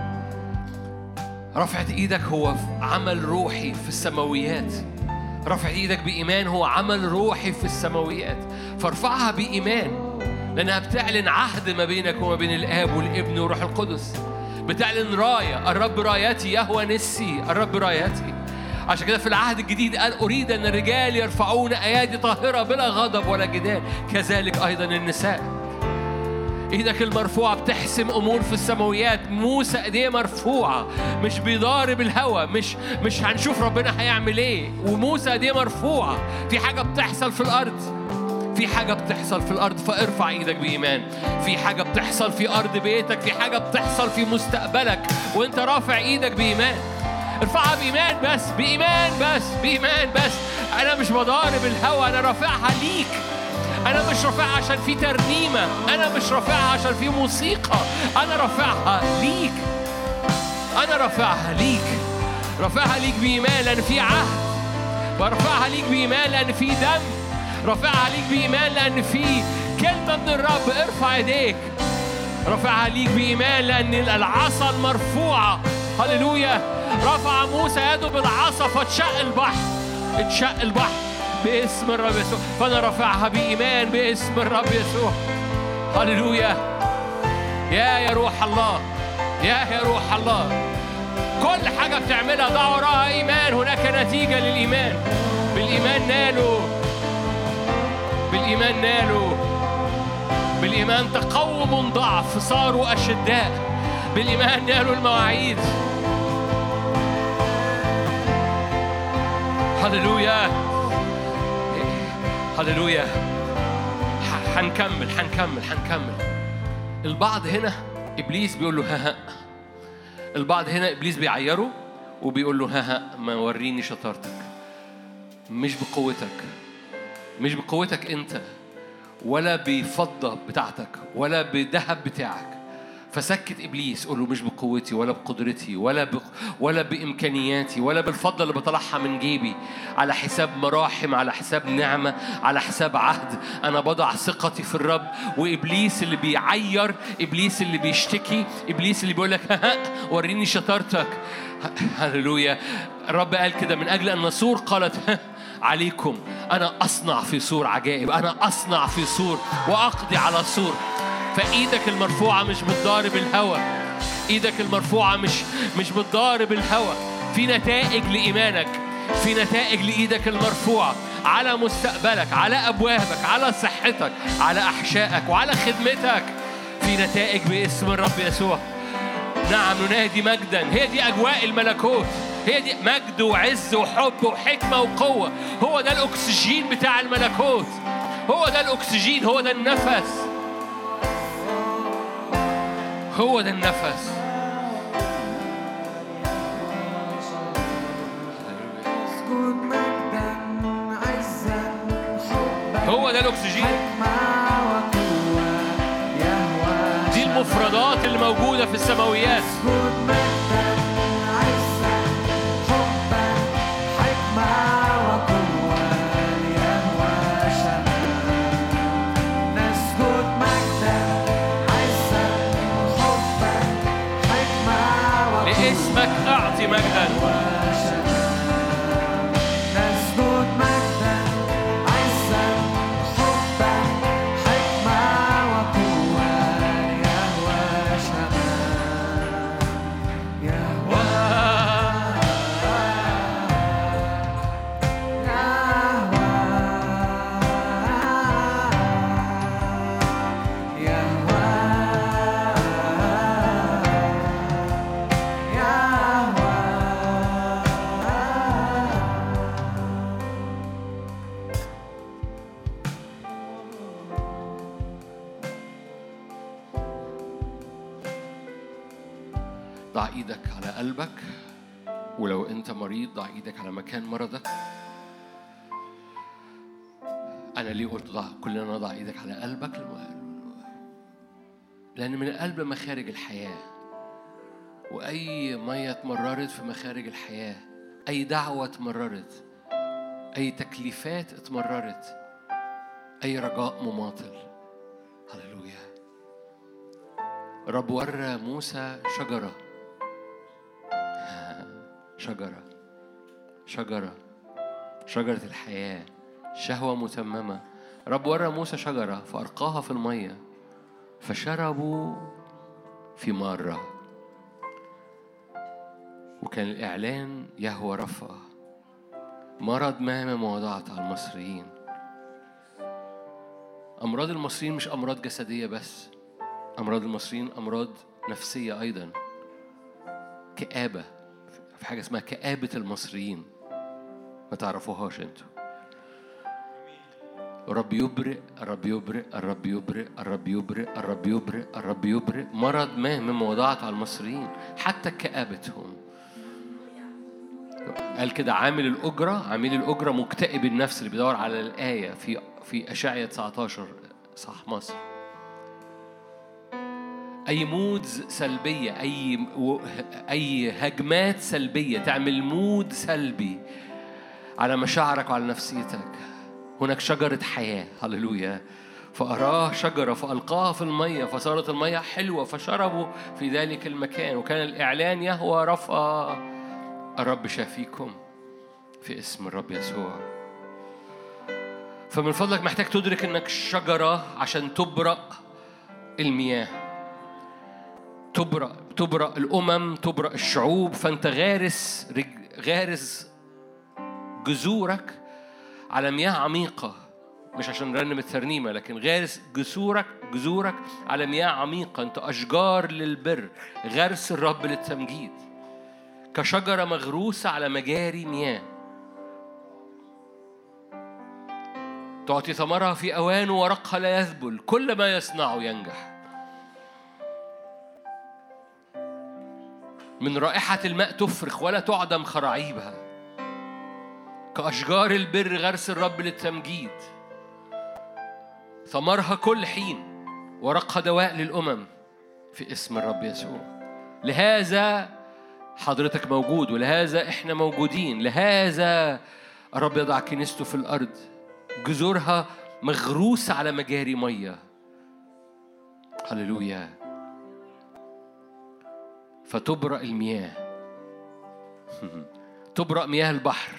[SPEAKER 1] رفعت ايدك هو عمل روحي في السماويات. رفعت ايدك بإيمان هو عمل روحي في السماويات. فارفعها بإيمان لأنها بتعلن عهد ما بينك وما بين الآب والابن والروح القدس. بتعلن راية. الرب رايتي، يهوى نسي، الرب رايتي. عشان كده في العهد الجديد قال: أريد أن الرجال يرفعون أيادي طاهرة بلا غضب ولا جدال، كذلك أيضا النساء. إيدك المرفوعة بتحسم أمور في السماويات. موسى إيديه مرفوعة، مش بيضارب الهوى، مش هنشوف ربنا هيعمل إيه. وموسى إيديه مرفوعة. في حاجة بتحصل في الأرض، في حاجة بتحصل في الأرض. فارفع إيدك بإيمان. في حاجة بتحصل في أرض بيتك، في حاجة بتحصل في مستقبلك وإنت رافع إيدك بإيمان. ارفعها بإيمان بس، بإيمان بس، بإيمان بس. أنا مش بضارب الهوى، أنا رافعها ليك. أنا مش رافعها عشان في ترنيمة، أنا مش رافعها عشان في موسيقى، أنا رافعها ليك. أنا رافعها ليك، رافعها ليك بإيمان لأن في عهد. برفعها ليك بإيمان لأن في دم. رافعها ليك بإيمان لأن في كلمة من الرب. ارفع يديك. رافعها ليك بإيمان لأن العصا المرفوعة هللويا. رفع موسى يده بالعصا فاتشق البحر، اتشق البحر باسم الرب يسوع. فأنا رافعها بإيمان باسم الرب يسوع. هللويا. يا روح الله، يا روح الله، كل حاجة بتعملها ضع وراها إيمان. هناك نتيجة للإيمان. بالإيمان نالوا، بالإيمان نالوا، بالإيمان تقوم ضعف صاروا أشداء، بالإيمان نالوا المواعيد. هللويا هللويا. هنكمل. البعض هنا إبليس بيقول له ها. البعض هنا إبليس بيعيره وبيقول له ها ما وريني شطارتك. مش بقوتك أنت، ولا بفضة بتاعتك، ولا بذهب بتاعك. فسكت إبليس، قول له مش بقوتي ولا بقدرتي ولا بإمكانياتي ولا بالفضة اللي بطلعها من جيبي، على حساب مراحم، على حساب نعمة، على حساب عهد. أنا بضع ثقتي في الرب. وإبليس اللي بيعير، إبليس اللي بيشتكي، إبليس اللي بيقول لك ها وريني شطارتك. هللويا. الرب قال كده من أجل أن سور قالت عليكم أنا أصنع في سور عجائب، أنا أصنع في سور وأقضي على سور. فإيدك المرفوعة مش بتضارب الهوى، إيدك المرفوعة مش بتضارب الهوى. في نتائج لإيمانك، في نتائج لإيدك المرفوعة على مستقبلك، على أبوابك، على صحتك، على أحشائك وعلى خدمتك. في نتائج باسم الرب يسوع. نعم ننادي مجدا. هي دي أجواء الملكوت، هي دي مجد وعز وحب وحكمة وقوة. هو ده الأكسجين بتاع الملكوت، هو ده الأكسجين، هو ده النفس، هو ده النفس. هو ده الأكسجين، دي المفردات اللي موجودة في السماويات. لاسمك أعطي مجدا. ضع ايدك على قلبك، ولو انت مريض ضع ايدك على مكان مرضك. انا ليه قلت كلنا نضع ايدك على قلبك؟ لان من القلب مخارج الحياة، واي مية اتمررت في مخارج الحياة، اي دعوة اتمررت، اي تكليفات اتمررت، اي رجاء مماطل. هللويا. رب ورى موسى شجرة، شجرة الحياة، شهوة متممة. رب ورى موسى شجرة فأرقاها في المية فشربوا في مرة. وكان الإعلان يهوى رفع. مرض ما وضعت على المصريين. أمراض المصريين مش أمراض جسدية بس، أمراض المصريين أمراض نفسية أيضا. كآبة، في حاجة اسمها كآبة المصريين ما تعرفوهاش انتوا. الرب يبرئ، الرب يبرئ، الرب يبرئ، الرب يبرئ، الرب يبرئ، الرب يبرئ مرض ما مما وضعت على المصريين، حتى كآبتهم. قال كده عامل الأجرة مكتئب النفس، اللي بيدور على الآية في أشعياء 19 صح مصر. أي مودز سلبية، أي هجمات سلبية تعمل مود سلبي على مشاعرك وعلى نفسيتك، هناك شجرة حياة. هللويا. فأراه شجرة فألقاها في المية فصارت المية حلوة فشربوا في ذلك المكان. وكان الإعلان يهوى رفع الرب شافيكم في اسم الرب يسوع. فمن فضلك محتاج تدرك إنك شجرة عشان تبرأ المياه، تبرأ الأمم، تبرأ الشعوب. فأنت غارس جذورك على مياه عميقة، مش عشان نرنم الترنيمة، لكن غارس جذورك على مياه عميقة. أنت أشجار للبر، غرس الرب للتمجيد، كشجرة مغروسة على مجاري مياه، تعطي ثمرها في أوان ورقها لا يذبل، كل ما يصنعه ينجح. من رائحة الماء تفرخ ولا تعدم خراعيبها، كأشجار البر غرس الرب للتمجيد، ثمرها كل حين ورقها دواء للأمم في اسم الرب يسوع. لهذا حضرتك موجود، ولهذا إحنا موجودين، لهذا الرب يضع كنيسته في الأرض، جذورها مغروسة على مجاري مية. هللويا. فتبرأ المياه تبرأ مياه البحر.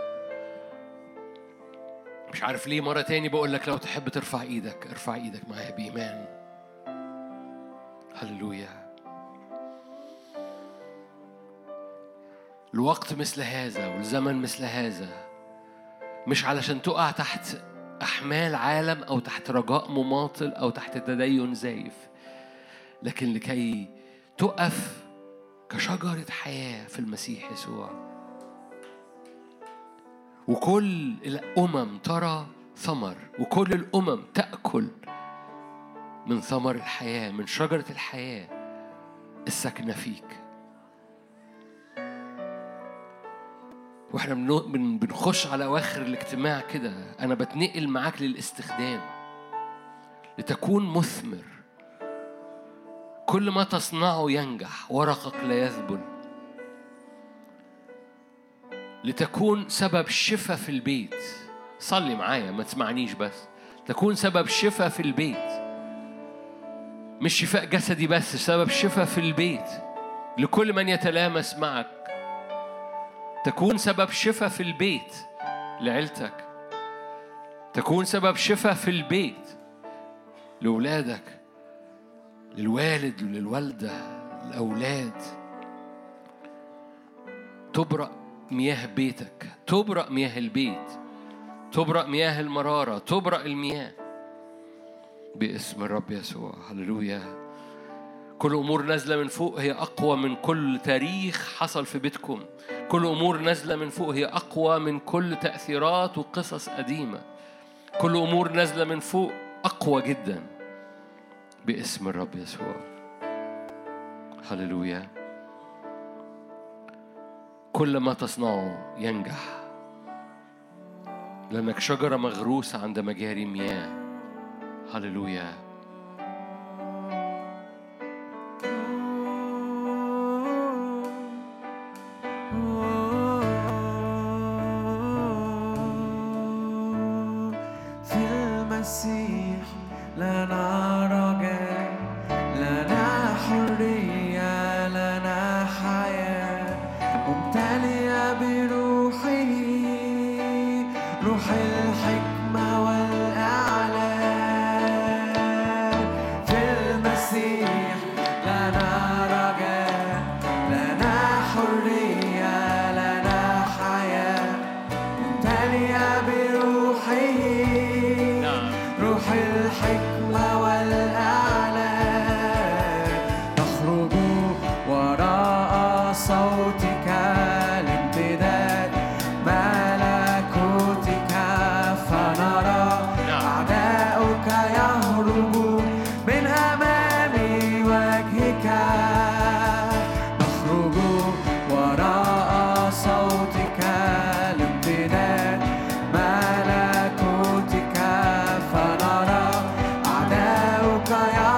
[SPEAKER 1] مش عارف ليه مرة تاني بقول لك لو تحب ترفع ايدك، ارفع ايدك معايا بإيمان. هللويا. الوقت مثل هذا والزمن مثل هذا مش علشان تقع تحت أحمال عالم أو تحت رجاء مماطل أو تحت تدين زايف، لكن لكي تقف كشجرة حياة في المسيح يسوع، وكل الأمم ترى ثمر، وكل الأمم تأكل من ثمر الحياة، من شجرة الحياة الساكنة فيك. واحنا بنخش على أواخر الاجتماع كده، أنا بتنقل معاك للاستخدام لتكون مثمر. كل ما تصنعه ينجح، ورقك لا يذبل، لتكون سبب شفاء في البيت. صلي معايا، ما تسمعنيش بس. تكون سبب شفاء في البيت، مش شفاء جسدي بس، سبب شفاء في البيت لكل من يتلامس معك. تكون سبب شفاء في البيت لعيلتك، تكون سبب شفاء في البيت لأولادك، للوالد وللوالدة، الأولاد. تبرأ مياه بيتك، تبرأ مياه البيت، تبرأ مياه المرارة، تبرأ المياه باسم الرب يسوع. هللويا. كل أمور نازلة من فوق هي أقوى من كل تاريخ حصل في بيتكم. كل أمور نازلة من فوق هي أقوى من كل تأثيرات وقصص قديمة. كل أمور نازلة من فوق أقوى جدا باسم الرب يسوع. هللويا. كل ما تصنعه ينجح، لأنك شجرة مغروسة عند مجاري مياه. هللويا.
[SPEAKER 2] في المسيح لنا رجاء، لنا حرية، لنا حياة ممتلئة بروحه، روح الحكمة والإعلان. في المسيح لنا رجاء، لنا حرية، لنا حياة ممتلئة بروحه، روح الحكمة والإعلان. نخرج وراء صوتك لامتداد ملكوتك، فنرى أعداؤك يهربون من أمام وجهك. نخرج وراء صوتك لامتداد ملكوتك، فنرى أعداؤك يهربون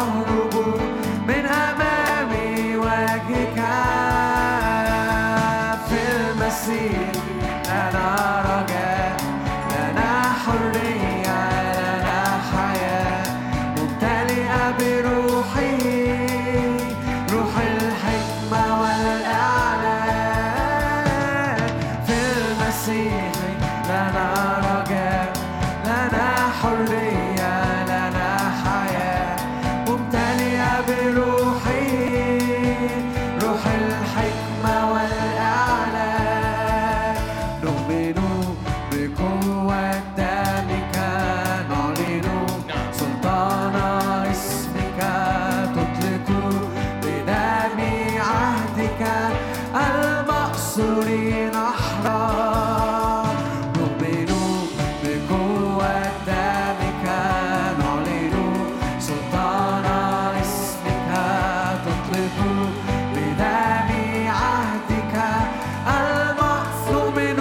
[SPEAKER 2] المسيح لنا رجاء، لنا حرية، لنا حياة ممتلئة بروحه، روح الحكمة والإعلان. نؤمن بقوة دمك، نعلن سلطان اسمك، تطلق بدم عهدك المأسورين أحرار. نؤمن بقوة دمك، نعلن سلطان اسمك، تطلق بدم عهدك المأسورين.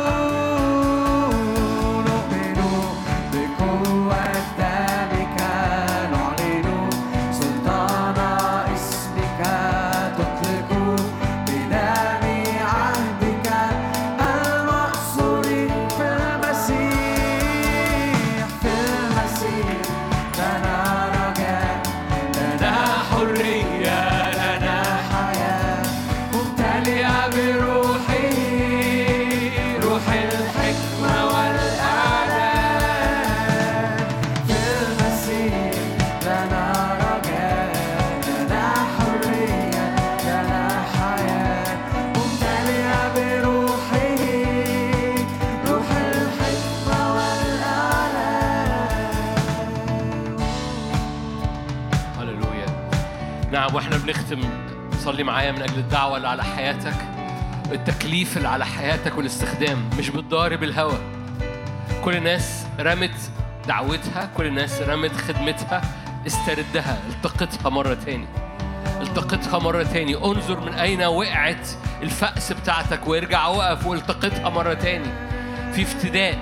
[SPEAKER 2] نؤمن بقوة دمك، نعلن سلطان اسمك، تطلق بدم عهدك المأسورين في المسيح، في المسيح لنا رجاء، لنا حرية، لنا حياة ممتلئة بروحه، روح الحكمة والإعلان. في المسيح لنا رجاء، لنا حرية، لنا حياة ممتلئة بروحه، روح الحكمة والإعلان.
[SPEAKER 1] هللويا. نعم، واحنا بنختم صلي معايا من أجل الدعوة اللي على حياتك، التكليف اللي على حياتك والاستخدام. مش بالضارب الهوى. كل الناس رمت دعوتها، كل الناس رمت خدمتها، استردها، التقطها مرة تاني، التقطها مرة تاني. انظر من أين وقعت الفأس بتاعتك وارجع وقف والتقطها مرة تاني. في افتداء،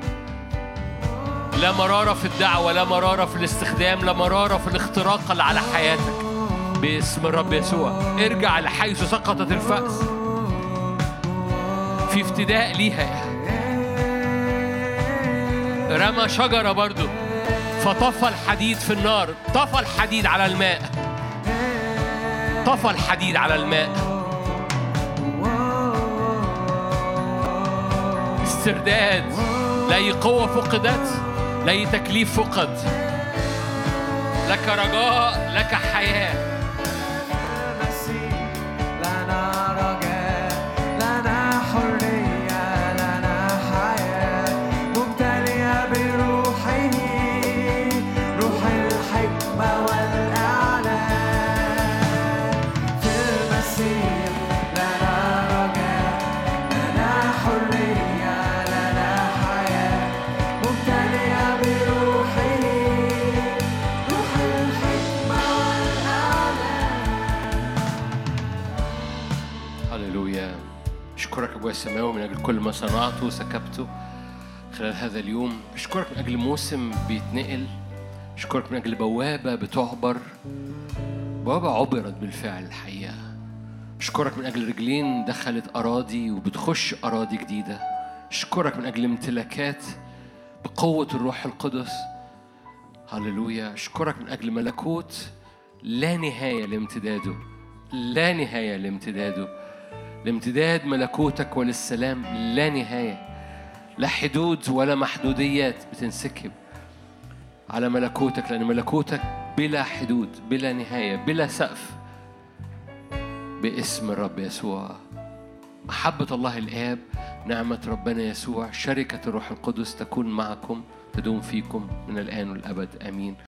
[SPEAKER 1] لا مرارة في الدعوة، لا مرارة في الاستخدام، لا مرارة في الاختراق اللي على حياتك باسم الرب يسوع. ارجع لحيث سقطت الفأس، في افتداء ليها. رمى شجرة برضو فطفى الحديد في النار، طفى الحديد على الماء، طفى الحديد على الماء. استرداد، لا أي قوة فقدت، لا أي تكليف فقد. لك رجاء، لك حياة.
[SPEAKER 2] المسيح لنا رجاء، لنا حرية، لنا حياة ممتلئة بروحه، روح الحكمة والإعلان. في المسيح لنا رجاء، لنا حرية، لنا حياة ممتلئة بروحه، روح الحكمة والإعلان.
[SPEAKER 1] هللويا. أشكرك أبويا السماوي من أجل كل ما صنعته وسكبته خلال هذا اليوم. أشكرك من أجل موسم بيتنقل. أشكرك من أجل بوابة بتعبر، بوابة عبرت بالفعل الحقيقة. أشكرك من أجل رجلين دخلت أراضي وبتخش أراضي جديدة. أشكرك من أجل امتلاكات بقوة الروح القدس. هللويا. أشكرك من أجل ملكوت لا نهاية لامتداده، لا نهاية لامتداده، لامتداد ملكوتك وللسلام لا نهاية، لا حدود ولا محدوديات بتنسكب على ملكوتك، لأن ملكوتك بلا حدود، بلا نهاية، بلا سقف. باسم الرب يسوع، محبة الله الآب، نعمة ربنا يسوع، شركة الروح القدس تكون معكم، تدوم فيكم من الآن والأبد. آمين.